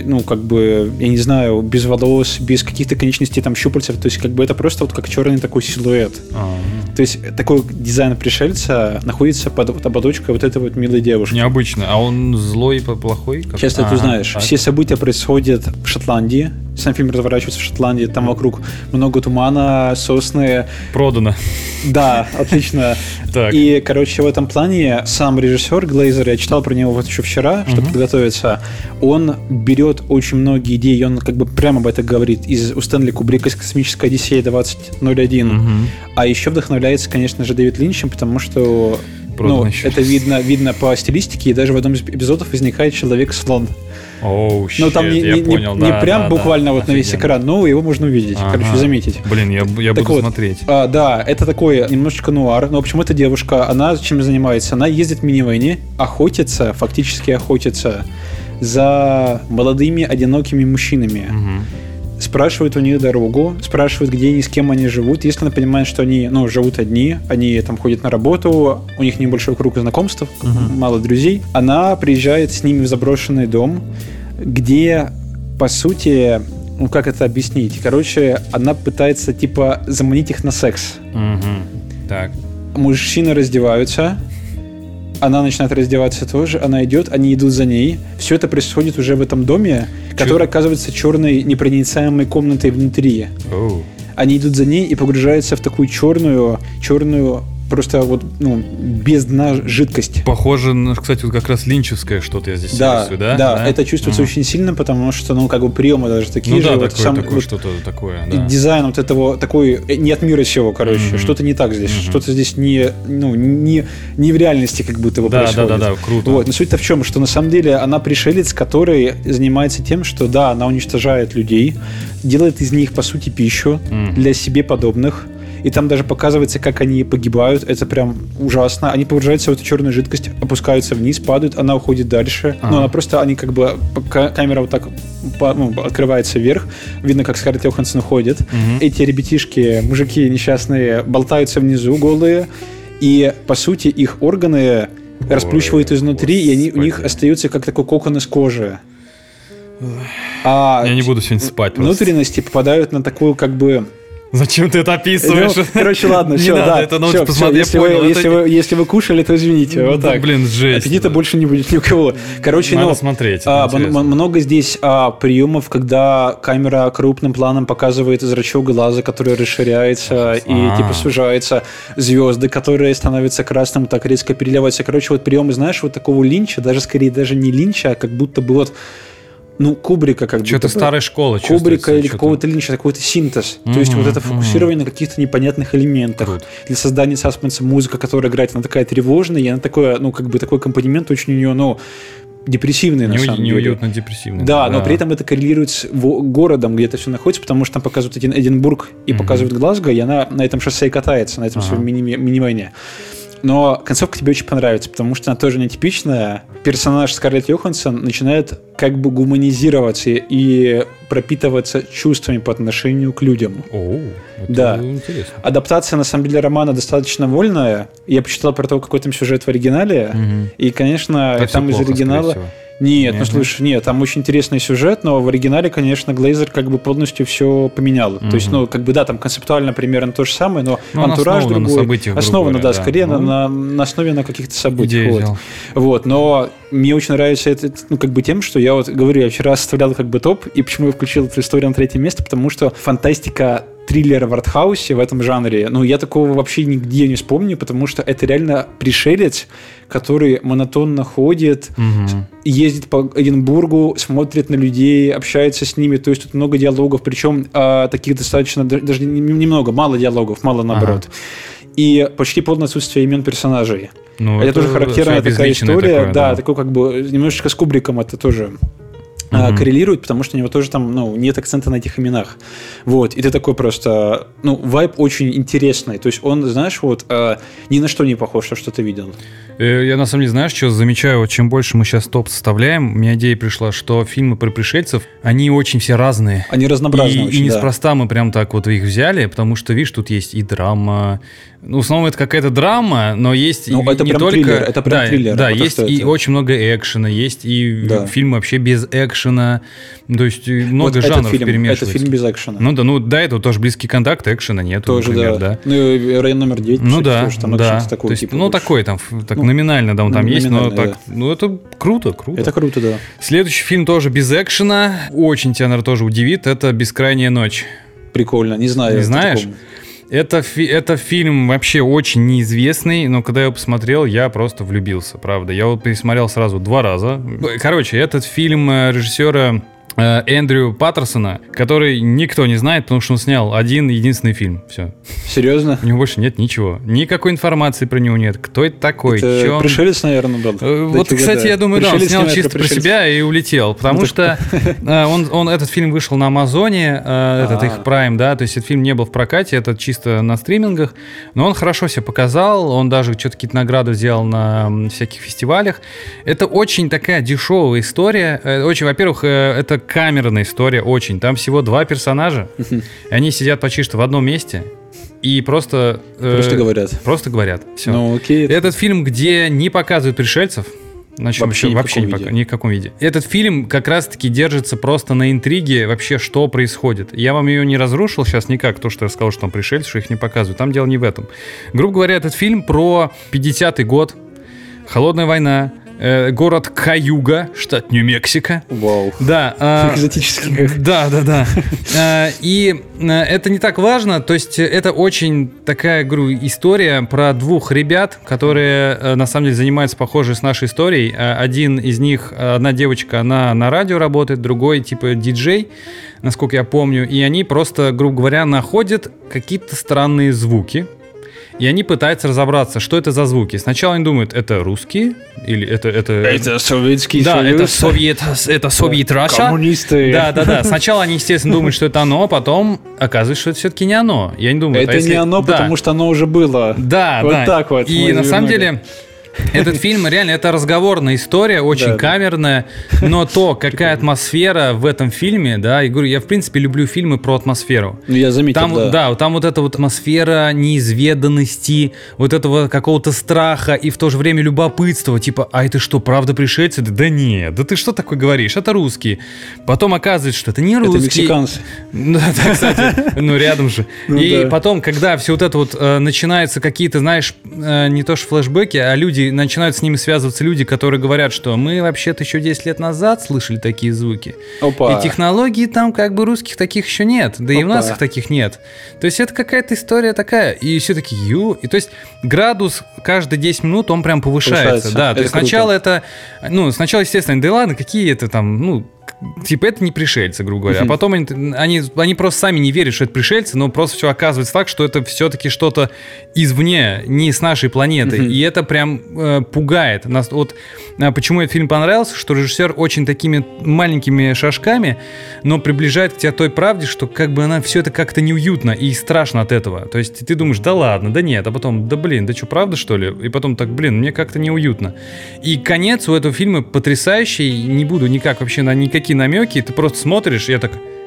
Speaker 2: я не знаю, без волос, без каких-то конечностей, там, щупальцев, то есть, это просто вот как черный такой силуэт. То есть, такой дизайн пришельца находится под ободочкой вот этой вот милой девушки.
Speaker 1: Необычно. А он злой и плохой?
Speaker 2: Сейчас ты узнаешь. Все события происходят в Шотландии. Сам фильм разворачивается в Шотландии, там вокруг много тумана, сосны.
Speaker 1: Продано.
Speaker 2: Да, отлично. И, в этом плане сам режиссер Глейзер, я читал про него вот еще вчера, чтобы подготовиться, он берет очень многие идеи, и он прямо об этом говорит, у Стэнли Кубрика из «Космической Одиссеи» 2001. А еще вдохновляется, конечно же, Дэвид Линчем, потому что это видно по стилистике, и даже в одном из эпизодов возникает человек-слон. Там не прям буквально вот на весь экран, но его можно увидеть, заметить.
Speaker 1: Блин, я буду смотреть.
Speaker 2: Да, это такой немножечко нуар. Но, в общем, эта девушка, она чем занимается? Она ездит в минивэне, фактически охотится за молодыми, одинокими мужчинами. Спрашивают у них дорогу, спрашивают, где и с кем они живут. Если она понимает, что они живут одни, они там ходят на работу, у них небольшой круг знакомств, мало друзей, она приезжает с ними в заброшенный дом, где, по сути, как это объяснить? Она пытается, заманить их на секс.
Speaker 1: Так.
Speaker 2: Мужчины раздеваются, она начинает раздеваться тоже, она идет, они идут за ней. Все это происходит уже в этом доме, который оказывается черной непроницаемой комнатой внутри. Они идут за ней и погружаются в такую черную, просто без дна жидкость.
Speaker 1: Похоже, кстати, как раз линчевское что-то я здесь рисую, да?
Speaker 2: Да, это чувствуется очень сильно, потому что, приемы даже такие же.
Speaker 1: Такое что-то такое, да.
Speaker 2: Дизайн вот этого такой не от мира сего, что-то не так здесь, что-то здесь не в реальности как будто бы происходит.
Speaker 1: Да, круто.
Speaker 2: Но суть-то в чем, что на самом деле она пришелец, который занимается тем, что она уничтожает людей, делает из них, по сути, пищу для себе подобных. И там даже показывается, как они погибают. Это прям ужасно. Они погружаются в эту черную жидкость, опускаются вниз, падают, она уходит дальше. Она просто, камера вот так открывается вверх. Видно, как Скарлетт Йоханссон уходит. Эти ребятишки, мужики несчастные, болтаются внизу голые. И, по сути, их органы расплющивают изнутри, и у них остаются как такой кокон из кожи.
Speaker 1: Я не буду сегодня спать просто.
Speaker 2: Внутренности попадают на такую
Speaker 1: Зачем ты это описываешь?
Speaker 2: Ладно, все, да.
Speaker 1: Это нужно посмотреть, я
Speaker 2: понял. Если вы кушали, то извините. Вот так.
Speaker 1: Блин, жесть.
Speaker 2: Аппетита больше не будет ни у кого.
Speaker 1: Надо смотреть.
Speaker 2: Много здесь приемов, когда камера крупным планом показывает зрачок глаза, который расширяется и сужается. Звезды, которые становятся красным, так резко переливаются. Приемы, знаешь, такого Линча, даже не Линча, а как будто бы Кубрика как
Speaker 1: что-то старой школы
Speaker 2: Кубрика или какого-то Линча, какой-то синтез. То есть это фокусирование на каких-то непонятных элементах. Для создания саспенса музыка, которая играет, она такая тревожная, и она такой аккомпанемент очень у нее, депрессивный, на самом деле.
Speaker 1: Неуютно депрессивный.
Speaker 2: Да, но при этом это коррелирует с городом, где это все находится, потому что там показывают Эдинбург и показывают Глазго, и она на этом шоссе катается, на этом своем мини-войне. Но концовка тебе очень понравится, потому что она тоже нетипичная. Персонаж Скарлетт Йоханссон начинает как бы гуманизироваться и пропитываться чувствами по отношению к людям.
Speaker 1: Это интересно.
Speaker 2: Адаптация, на самом деле, романа достаточно вольная. Я почитал про то, какой там сюжет в оригинале. И, конечно,
Speaker 1: это
Speaker 2: там из оригинала... Нет, слушай, там очень интересный сюжет, но в оригинале, конечно, Глейзер как бы полностью все поменял. То есть, там концептуально примерно то же самое, но антураж другой.
Speaker 1: На событиях,
Speaker 2: основано, скорее на основе на каких-то событиях. Но мне очень нравится это, тем, что я говорю, я вчера составлял топ, и почему я включил эту историю на 3-е место, потому что фантастика триллера в артхаусе в этом жанре, я такого вообще нигде не вспомню, потому что это реально пришелец, который монотонно ходит, ездит по Эдинбургу, смотрит на людей, общается с ними, то есть тут много диалогов, причем таких достаточно, даже немного, мало диалогов, мало наоборот. И почти полное отсутствие имен персонажей. Это тоже характерная такая история, такой немножечко с Кубриком это тоже... коррелирует, потому что у него тоже там, нет акцента на этих именах. И ты такой просто... вайб очень интересный. То есть он, знаешь, ни на что не похож, что ты видел.
Speaker 1: Я, на самом деле, знаешь, что замечаю? Чем больше мы сейчас топ составляем, у меня идея пришла, что фильмы про пришельцев, они очень все разные.
Speaker 2: Они разнообразные очень,
Speaker 1: и неспроста мы прям так их взяли, потому что, видишь, тут есть и драма. В основном это какая-то драма, но есть
Speaker 2: это
Speaker 1: не
Speaker 2: прям
Speaker 1: только...
Speaker 2: триллер, это прям триллер.
Speaker 1: Да, есть и очень много экшена, есть и фильм вообще без экшена. То есть много жанров перемешивается.
Speaker 2: Это фильм без экшена.
Speaker 1: До этого тоже «Близкий контакт», экшена нет.
Speaker 2: Тоже,
Speaker 1: например, да.
Speaker 2: И «Район номер 9». Тоже, там такого типа.
Speaker 1: Такой там, номинально, он там есть, но так, это круто.
Speaker 2: Это круто, да.
Speaker 1: Следующий фильм тоже без экшена, очень тебя, наверное, тоже удивит, это «Бескрайняя ночь».
Speaker 2: Прикольно, не знаю.
Speaker 1: Не знаешь? Это фильм вообще очень неизвестный, но когда я его посмотрел, я просто влюбился, правда. Я его пересмотрел сразу 2 раза. Короче, этот фильм режиссера Эндрю Паттерсона, который никто не знает, потому что он снял один единственный фильм. Все.
Speaker 2: Серьезно?
Speaker 1: У него больше нет ничего. Никакой информации про него нет. Кто это такой?
Speaker 2: Это пришелец, наверное, был.
Speaker 1: Кстати, я думаю, он снял чисто про себя и улетел. Потому что этот фильм вышел на Амазоне, этот их Prime, да, то есть этот фильм не был в прокате, это чисто на стримингах, но он хорошо себя показал, он даже что-то какие-то награды взял на всяких фестивалях. Это очень такая дешевая история. Очень, во-первых, это камерная история очень. Там всего 2 персонажа. И они сидят почти что в одном месте. И просто
Speaker 2: говорят.
Speaker 1: Просто говорят. Все.
Speaker 2: Окей.
Speaker 1: Этот фильм, где не показывают пришельцев. Вообще ни в каком виде. Этот фильм как раз-таки держится просто на интриге вообще, что происходит. Я вам ее не разрушил сейчас никак, то, что я сказал, что там пришельцы, что их не показывают. Там дело не в этом. Грубо говоря, этот фильм про 50-й год, холодная война, город Каюга, штат Нью-Мексико.
Speaker 2: Вау.
Speaker 1: Да.
Speaker 2: Экзотический как.
Speaker 1: Да. И это не так важно, то есть это очень такая, говорю, история про 2 ребят, которые на самом деле занимаются похожей с нашей историей. Один из них, одна девочка, она на радио работает, другой типа диджей, насколько я помню, и они просто, грубо говоря, находят какие-то странные звуки. И они пытаются разобраться, что это за звуки. Сначала они думают, это русские, или это...
Speaker 2: Это Советский
Speaker 1: Союз. Да, это Совет Раша.
Speaker 2: Коммунисты.
Speaker 1: Да. Сначала они, естественно, думают, что это оно, потом оказывается, что это все-таки не оно. И они думают,
Speaker 2: это не оно, потому что оно уже было.
Speaker 1: Да.
Speaker 2: Так вот.
Speaker 1: И на самом деле... Этот фильм, реально, это разговорная история, очень камерная, но то, какая атмосфера в этом фильме, да, и говорю, я, в принципе, люблю фильмы про атмосферу.
Speaker 2: Я заметил,
Speaker 1: там вот эта вот атмосфера неизведанности, вот этого какого-то страха и в то же время любопытства, типа, а это что, правда пришельцы? Да нет, да ты что такое говоришь? Это русские. Потом оказывается, что это не русские.
Speaker 2: Это мексиканцы.
Speaker 1: Да, кстати, рядом же. И потом, когда все вот это вот начинаются какие-то, знаешь, не то что флешбеки, а люди начинают с ними связываться люди, которые говорят, что мы вообще-то еще 10 лет назад слышали такие звуки.
Speaker 2: Опа.
Speaker 1: И технологий там как бы русских таких еще нет. Да и у нас их таких нет. То есть это какая-то история такая. И все таки И то есть градус каждые 10 минут он прям повышается. Да, то есть сначала это... сначала, естественно, да ладно, какие это там... типа, это не пришельцы, грубо говоря. А потом они просто сами не верят, что это пришельцы, но просто все оказывается так, что это все-таки что-то извне, не с нашей планеты. И это прям пугает нас. Вот почему этот фильм понравился, что режиссер очень такими маленькими шажками, но приближает к тебе той правде, что как бы она все это как-то неуютно и страшно от этого. То есть ты думаешь, да ладно, да нет, а потом, да блин, да что, правда что ли? И потом так, блин, мне как-то неуютно. И конец у этого фильма потрясающий, не буду никак вообще на никакие намеки, ты просто смотришь, и я так,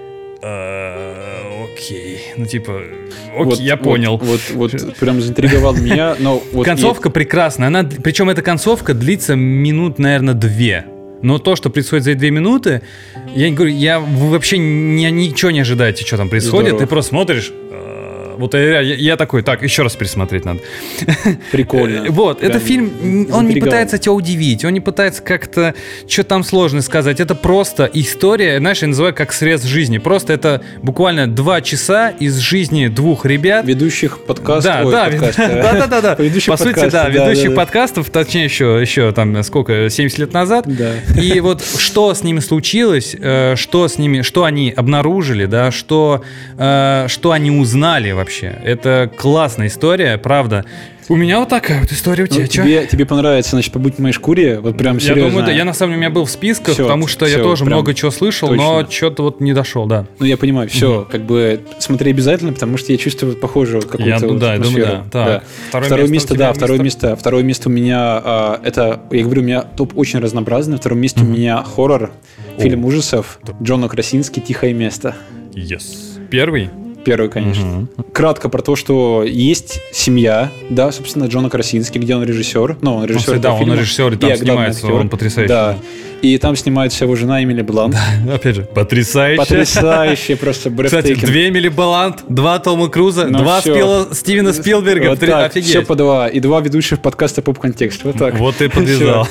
Speaker 1: окей, ну типа, окей, я понял.
Speaker 2: Вот прям заинтриговал меня, но вот
Speaker 1: концовка прекрасная, причем эта концовка длится минут, наверное, 2. Но то, что происходит за 2 минуты, я не говорю, вы вообще ничего не ожидаете, что там происходит. Здорово. Ты просто смотришь. Вот я такой, так, еще раз пересмотреть надо.
Speaker 2: Прикольно.
Speaker 1: Вот, это фильм, он не пытается тебя удивить, он не пытается как-то что-то там сложно сказать. Это просто история, знаешь, я называю как срез жизни. Просто это буквально 2 часа из жизни 2 ребят.
Speaker 2: Ведущих подкастов.
Speaker 1: Да. По сути, да, ведущих подкастов, точнее, еще там сколько, 70 лет назад. И вот что с ними случилось, что они обнаружили, да, что они узнали вообще. Это классная история, правда. У меня вот такая вот история, у тебя.
Speaker 2: Тебе понравится, значит, побудь в моей шкуре, вот прям серьезно.
Speaker 1: Я думаю, да, я на самом деле у меня был в списках, потому что я тоже много чего слышал, но что-то вот не дошел, да.
Speaker 2: Ну, я понимаю, все, как бы смотри обязательно, потому что я чувствую похожую какую-то атмосферу.
Speaker 1: Да.
Speaker 2: Второе место у меня, это, я говорю, у меня топ очень разнообразный. Второе место у меня хоррор, фильм ужасов, Джона Красински «Тихое место».
Speaker 1: Первый,
Speaker 2: конечно. Кратко про то, что есть семья, да, собственно, Джона Красински, где он режиссер. Ну, он режиссер
Speaker 1: этого фильма. Он режиссер, и там снимается, он потрясающий.
Speaker 2: Да. И там снимается его жена Эмили Блант.
Speaker 1: Да, опять же, потрясающая.
Speaker 2: Просто
Speaker 1: breathtaking. Кстати, 2 Эмили Блант, 2 Тома Круза, 2 Стивена Спилберга.
Speaker 2: Вот так, офигеть. Все по 2. И 2 ведущих подкаста «Поп-контекст». Вот так.
Speaker 1: Вот ты подвязал.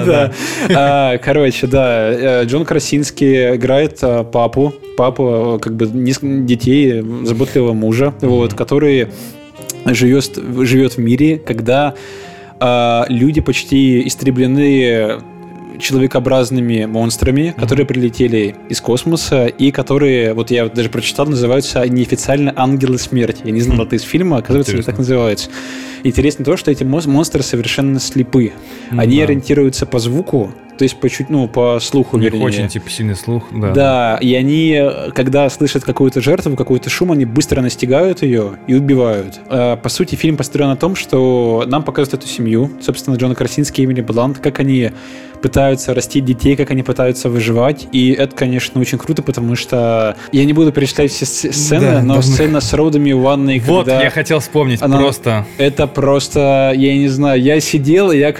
Speaker 2: Короче, да. Джон Красински играет папу, как бы детей, заботливого мужа, который живет в мире, когда люди почти истреблены человекообразными монстрами, которые прилетели из космоса и которые, вот я даже прочитал, называются неофициально ангелы смерти. Я не знал это из фильма, оказывается, они так называются. Интересно то, что эти монстры совершенно слепы. Они ориентируются по звуку, то есть по слуху,
Speaker 1: вернее. У них очень сильный слух, да.
Speaker 2: Да, и они, когда слышат какую-то жертву, какой-то шум, они быстро настигают ее и убивают. По сути, фильм построен на том, что нам показывают эту семью, собственно, Джона Красински и Эмили Блант, как они пытаются растить детей, как они пытаются выживать. И это, конечно, очень круто, потому что я не буду перечислять все сцены, но сцена с родами в ванной,
Speaker 1: вот, когда... Вот, я хотел вспомнить, просто...
Speaker 2: Это просто, я не знаю, я сидел, и я,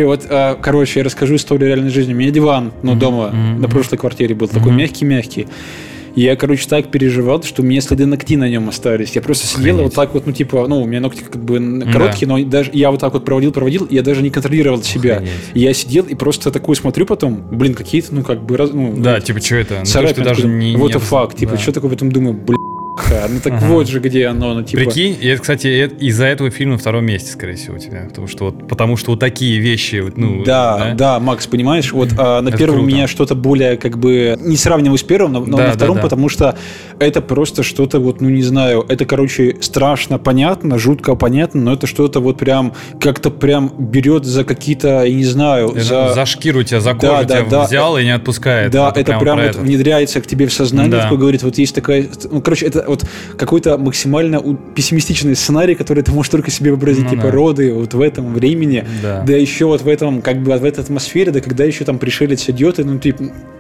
Speaker 2: я расскажу историю реальной жизни. У меня диван, дома, на прошлой квартире был такой мягкий-мягкий. Я, так переживал, что у меня следы ногтей на нем остались. Я просто сидел и вот так вот, у меня ногти как бы короткие, но даже я вот так вот проводил, я даже не контролировал себя. Я сидел и просто такой смотрю потом, какие-то,
Speaker 1: да, типа, что это?
Speaker 2: Царапин,
Speaker 1: даже не...
Speaker 2: Вот факт, что такое потом думаю, ну так вот же, где оно,
Speaker 1: Прикинь, и это, кстати, из-за этого фильма на 2-м месте, скорее всего, у тебя. Потому что вот такие вещи,
Speaker 2: Да, Макс, понимаешь, вот на первом у меня что-то более, не сравниваю с первым, но на втором, потому что это просто что-то, не знаю, это, страшно понятно, жутко понятно, но это что-то прям, как-то прям берет за какие-то, я не знаю,
Speaker 1: за шкиру тебя, за кожу тебя взял и не отпускает.
Speaker 2: Да, это прям внедряется к тебе в сознание, такой говорит, вот есть такая, это вот какой-то максимально пессимистичный сценарий, который ты можешь только себе вообразить, роды вот в этом времени, да еще вот в этом, в этой атмосфере, да когда еще там пришелец идет, и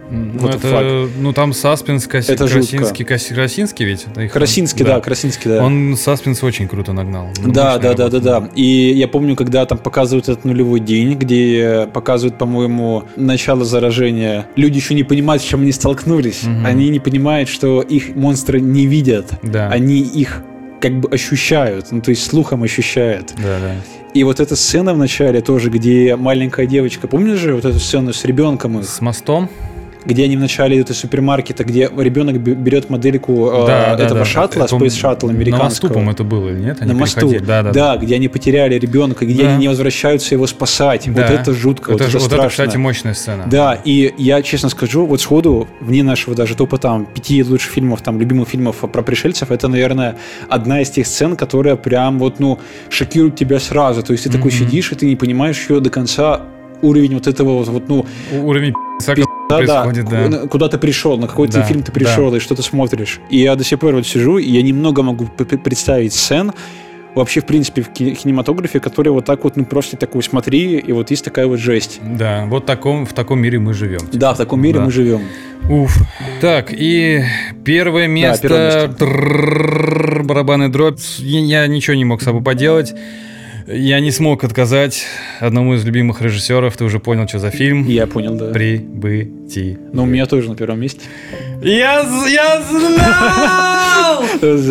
Speaker 1: там саспенс Красинский ведь?
Speaker 2: Красинский, да.
Speaker 1: Он саспенс очень круто нагнал.
Speaker 2: Да. И я помню, когда там показывают этот нулевой день, где показывают, по-моему, начало заражения, люди еще не понимают, с чем они столкнулись. Они не понимают, что их монстры не видят.
Speaker 1: Да.
Speaker 2: Они их ощущают, то есть слухом ощущают.
Speaker 1: Да.
Speaker 2: И вот эта сцена в начале тоже, где маленькая девочка, помнишь же вот эту сцену с ребенком?
Speaker 1: С мостом?
Speaker 2: где они в начале идут из супермаркета, где ребенок берет модельку этого шаттла, Space Shuttle американского.
Speaker 1: На мосту, по-моему, это было, или нет?
Speaker 2: Они на мосту, да, где они потеряли ребенка, где они не возвращаются его спасать. Вот это жутко, вот это страшно.
Speaker 1: Вот это, кстати, мощная сцена.
Speaker 2: Да, и я, честно скажу, вот сходу, вне нашего даже топа там 5 лучших фильмов, там, любимых фильмов про пришельцев, это, наверное, одна из тех сцен, которая прям вот, шокирует тебя сразу. То есть ты такой сидишь, и ты не понимаешь ее до конца, уровень вот этого вот
Speaker 1: уровень происходит, да.
Speaker 2: Куда ты пришел, на какой-то фильм ты пришел, и что ты смотришь. И я до сих пор вот сижу, и я немного могу представить сцен, вообще, в принципе, в кинематографе, которые вот так вот, просто такой смотри, и вот есть такая вот жесть.
Speaker 1: Да, вот в таком мире мы живем.
Speaker 2: Да, в таком мире мы живем.
Speaker 1: Уф. Так, и первое место. Барабанный дробь. Я ничего не мог с собой поделать. Я не смог отказать одному из любимых режиссеров. Ты уже понял, что за фильм?
Speaker 2: Я понял, да.
Speaker 1: «Прибытие».
Speaker 2: Ну, у меня тоже на первом месте.
Speaker 1: Я знал!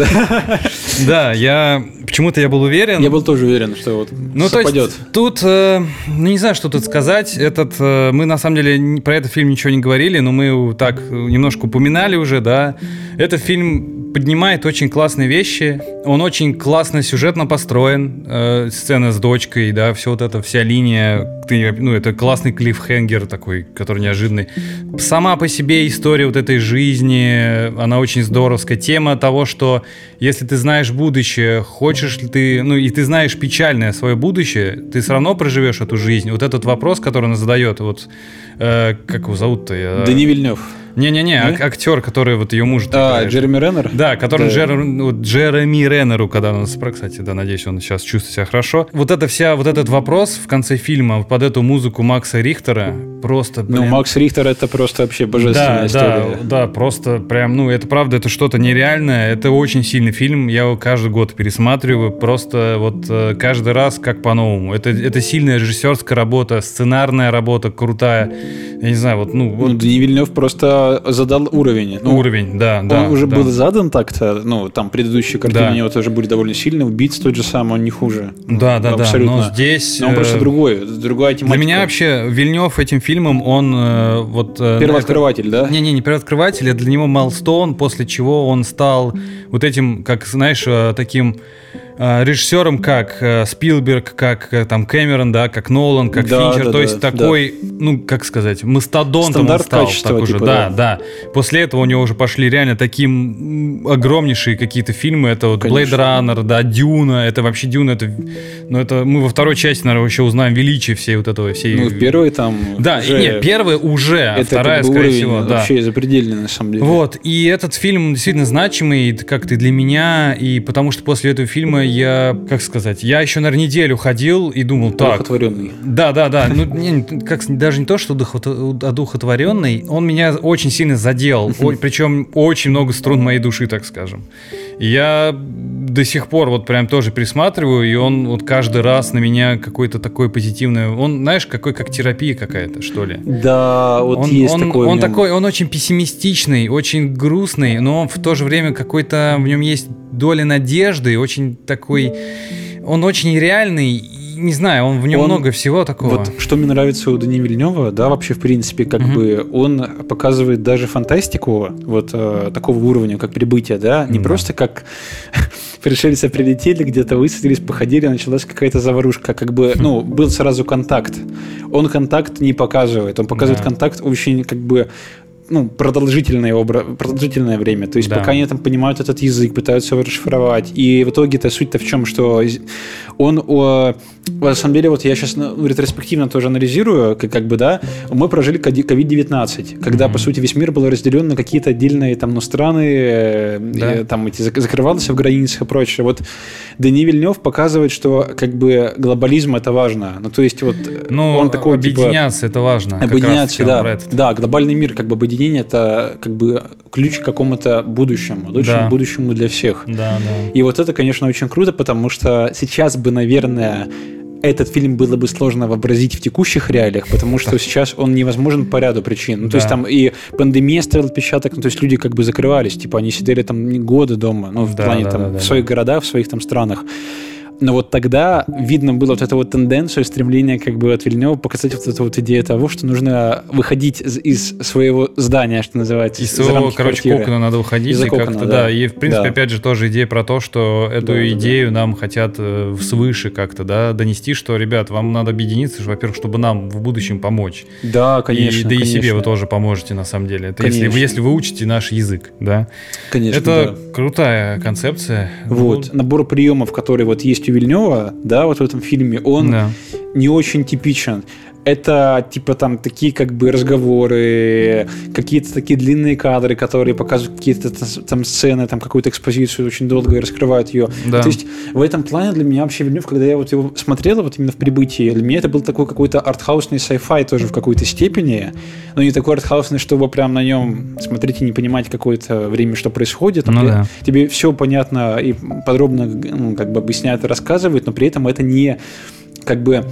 Speaker 1: Да, почему-то я был уверен.
Speaker 2: Я был тоже уверен, что вот совпадет.
Speaker 1: Тут, не знаю, что тут сказать. Мы, на самом деле, про этот фильм ничего не говорили, но мы так немножко упоминали уже, да. Этот фильм поднимает очень классные вещи. Он очень классно сюжетно построен. Сцена с дочкой, да, все вот это, вся линия. Это классный клиффхенгер такой, который неожиданный. Сама по себе история вот этой жизни, она очень здоровская. Тема того, что если ты знаешь будущее, хочешь ли ты, и ты знаешь печальное свое будущее, ты все равно проживешь эту жизнь. Вот этот вопрос, который она задает, как его зовут-то?
Speaker 2: Дени Вильнёв.
Speaker 1: Не-не-не, актер, который вот ее муж...
Speaker 2: Джереми Реннер?
Speaker 1: Да, который Джереми Реннеру, когда он... Кстати, да, надеюсь, он сейчас чувствует себя хорошо. Вот этот вопрос в конце фильма под эту музыку Макса Рихтера просто...
Speaker 2: Макс Рихтер — это просто вообще божественная история.
Speaker 1: Да, просто прям, это правда, это что-то нереальное. Это очень сильный фильм, я его каждый год пересматриваю, просто вот каждый раз как по-новому. Это сильная режиссерская работа, сценарная работа крутая. Я не знаю,
Speaker 2: Дени Вильнёв просто задал уровень.
Speaker 1: Уровень, да.
Speaker 2: Он уже был задан так-то, там предыдущие картины у него тоже были довольно сильные, «Убийца» тот же самый, он не хуже.
Speaker 1: Да, абсолютно. Но здесь...
Speaker 2: Но он просто другая тематика.
Speaker 1: Для меня вообще Вильнёв этим фильмом, он
Speaker 2: первооткрыватель, да?
Speaker 1: Не первооткрыватель, это для него майлстоун, после чего он стал вот этим, как, знаешь, таким... режиссером, как Спилберг, как там Кэмерон, да, как Нолан, как Финчер, то есть такой, как сказать, мастодонтом он стал.
Speaker 2: Качества,
Speaker 1: так уже, да. После этого у него уже пошли реально такие огромнейшие какие-то фильмы, это вот Blade Runner, да, Дюна, это вообще Дюна, это мы во второй части, наверное, еще узнаем величие всей вот этого, всей...
Speaker 2: в первой там
Speaker 1: да, первая уже, а вторая, скорее всего, да.
Speaker 2: Вообще запредельный, на самом деле.
Speaker 1: Вот, и этот фильм действительно значимый, как-то для меня, и потому что после этого фильма я еще, наверное, неделю ходил и думал, так...
Speaker 2: Одухотворенный.
Speaker 1: Да. Даже не то, что одухотворенный, он меня очень сильно задел, причем очень много струн моей души, так скажем. И я до сих пор вот прям тоже присматриваю, и он вот каждый раз на меня какой-то такой позитивный... Он, знаешь, как терапия какая-то, что ли.
Speaker 2: Да, вот есть такой.
Speaker 1: Он очень пессимистичный, очень грустный, но в то же время какой-то в нем есть доля надежды, очень такой... Он очень реальный, не знаю, в нем много всего такого.
Speaker 2: Вот что мне нравится у Дени Вильнёва, да, вообще, в принципе, бы он показывает даже фантастику вот такого уровня, как «Прибытие», да, не просто как пришельцы прилетели, где-то высадились, походили, началась какая-то заварушка, был сразу контакт. Он контакт не показывает, он показывает контакт очень продолжительное время. То есть пока они там понимают этот язык, пытаются его расшифровать. И в итоге-то суть-то в чем, что он, на самом деле, вот я сейчас ретроспективно тоже анализирую, мы прожили COVID-19, когда, по сути, весь мир был разделен на какие-то отдельные страны, закрывался в границах и прочее. Вот Дени Вильнёв показывает, что глобализм — это важно. Он такой,
Speaker 1: объединяться это важно.
Speaker 2: Объединяться, да, глобальный мир, объединение — это ключ к какому-то будущему, будущему для всех.
Speaker 1: Да.
Speaker 2: И вот это, конечно, очень круто, потому что сейчас бы, наверное, этот фильм было бы сложно вообразить в текущих реалиях, потому что сейчас он невозможен по ряду причин. То есть там и пандемия ставила отпечаток, то есть люди закрывались, они сидели там годы дома, в плане в своих городах, в своих странах. Но вот тогда видно было вот эту вот тенденцию, стремление как бы от Вильнёва показать вот эту вот идею того, что нужно выходить из своего здания, что называется.
Speaker 1: Из своего, кокона надо уходить. И как-то, да. И, в принципе, опять же, тоже идея про то, что эту идею нам хотят свыше как-то, да, донести, что, ребят, вам надо объединиться, во-первых, чтобы нам в будущем помочь.
Speaker 2: Да, конечно.
Speaker 1: И себе вы тоже поможете, на самом деле. Это если вы учите наш язык, да.
Speaker 2: Конечно,
Speaker 1: это крутая концепция.
Speaker 2: Вот. Набор приемов, которые вот есть у Вильнёва, да, вот в этом фильме, он не очень типичен. Это типа там такие как бы разговоры, какие-то такие длинные кадры, которые показывают какие-то там сцены, там какую-то экспозицию очень долго и раскрывают ее.
Speaker 1: Да.
Speaker 2: То есть в этом плане для меня вообще Вильнёв, когда я вот его смотрел вот именно в «Прибытии», для меня это был такой какой-то артхаусный sci-fi тоже в какой-то степени, но не такой артхаусный, чтобы прям на нем смотреть и не понимать какое-то время, что происходит. Тебе все понятно и подробно как бы объясняют и рассказывают, но при этом это не как бы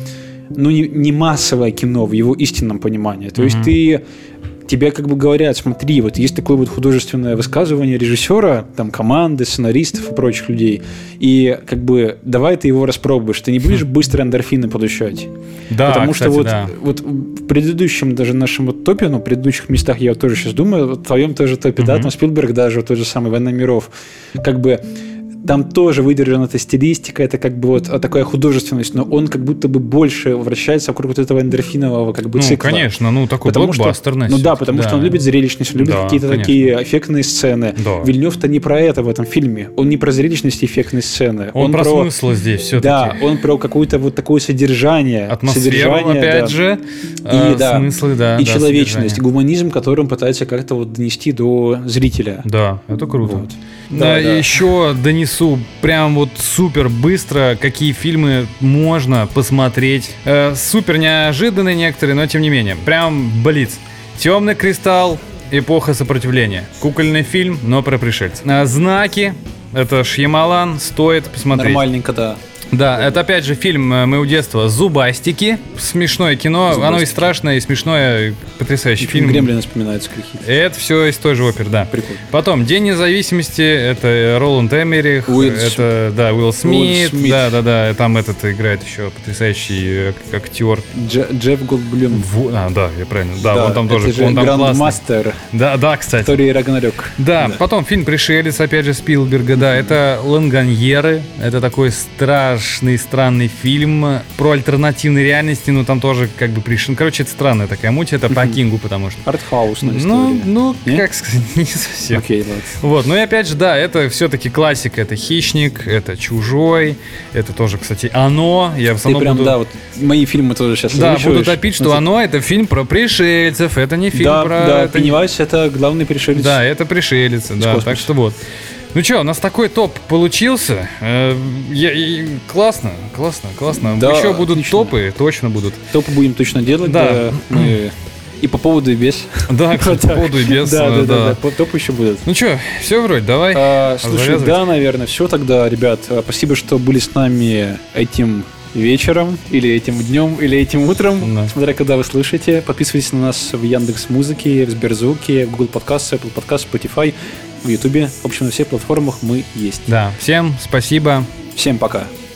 Speaker 2: не массовое кино в его истинном понимании. То есть тебе как бы говорят, смотри, вот есть такое вот художественное высказывание режиссера, там, команды, сценаристов и прочих людей, и как бы давай ты его распробуешь, ты не будешь быстро эндорфины получать.
Speaker 1: Да,
Speaker 2: потому
Speaker 1: кстати,
Speaker 2: что вот в предыдущем даже нашем вот топе, в предыдущих местах я вот тоже сейчас думаю, вот в твоем тоже топе, да, там Спилберг даже, вот тот же самый «Война миров», как бы там тоже выдержана эта стилистика, это как бы вот такая художественность, но он как будто бы больше вращается вокруг вот этого эндорфинового как бы цикла.
Speaker 1: Конечно, такой блокбастерность.
Speaker 2: Потому что он любит зрелищность, он любит какие-то такие эффектные сцены. Да. Вильнёв-то не про это в этом фильме. Он не про зрелищность и эффектные сцены.
Speaker 1: Он про смысл здесь все-таки.
Speaker 2: Да, он про какое-то вот такое содержание.
Speaker 1: Атмосферу, опять же. Смыслы,
Speaker 2: и человечность, гуманизм, который он пытается как-то вот донести до зрителя.
Speaker 1: Да, это круто. Вот. Да, и еще донесу прям вот супер быстро, какие фильмы можно посмотреть. Супер неожиданные некоторые, но тем не менее. Прям блиц. «Темный кристалл», «Эпоха сопротивления». Кукольный фильм, но про пришельцев. «Знаки». Это Шьямалан, стоит посмотреть.
Speaker 2: Нормальненько, да.
Speaker 1: Да, это опять же фильм моего детства «Зубастики». Смешное кино, «Зубастики». Оно и страшное, и смешное, потрясающий фильм.
Speaker 2: «Гремлины» вспоминаются какие-то.
Speaker 1: Это все из той же оперы, да.
Speaker 2: Прикольно.
Speaker 1: Потом «День независимости», это Роланд Эммерих, это, да, Уилл Смит. Да, там этот играет еще потрясающий актер.
Speaker 2: Джефф Голдблюм.
Speaker 1: Да, я правильно. Да, он там
Speaker 2: это
Speaker 1: тоже,
Speaker 2: же
Speaker 1: он там
Speaker 2: Грандмастер.
Speaker 1: Да, кстати.
Speaker 2: Который Рагнарёк.
Speaker 1: Да, потом фильм «Пришелец», опять же, Спилберга, да, это «Лангоньеры», это такой странный фильм про альтернативные реальности, но там тоже как бы пришел. Короче, это странная такая муть, это по Кингу, потому что...
Speaker 2: Артхаусная история.
Speaker 1: Как сказать, не совсем.
Speaker 2: Окей, ладно.
Speaker 1: Вот, ну и опять же, да, это все-таки классика, это «Хищник», это «Чужой», это тоже, кстати, «Оно». Я в основном
Speaker 2: прям,
Speaker 1: буду...
Speaker 2: да, вот мои фильмы тоже сейчас
Speaker 1: буду топить, что «Оно» — это фильм про пришельцев, это не фильм про...
Speaker 2: Да, Пеннивайз — это главный пришелец.
Speaker 1: Да, это пришелец, да, так что вот. Ну что, у нас такой топ получился. Классно.
Speaker 2: Да,
Speaker 1: еще будут
Speaker 2: отлично.
Speaker 1: Топы, точно будут.
Speaker 2: Топы будем точно делать,
Speaker 1: да.
Speaker 2: И по поводу и без.
Speaker 1: Да, кстати, по поводу и без.
Speaker 2: Да, топы еще будут.
Speaker 1: Ну что, все вроде, давай.
Speaker 2: Слушай, да, наверное, все тогда, ребят. Спасибо, что были с нами этим вечером, или этим днем, или этим утром, смотря когда вы слышите. Подписывайтесь на нас в Яндекс.Музыке, в Сберзвуке, в Google Подкаст, Apple Подкаст, Spotify, в Ютубе. В общем, на всех платформах мы есть.
Speaker 1: Да, всем спасибо.
Speaker 2: Всем пока.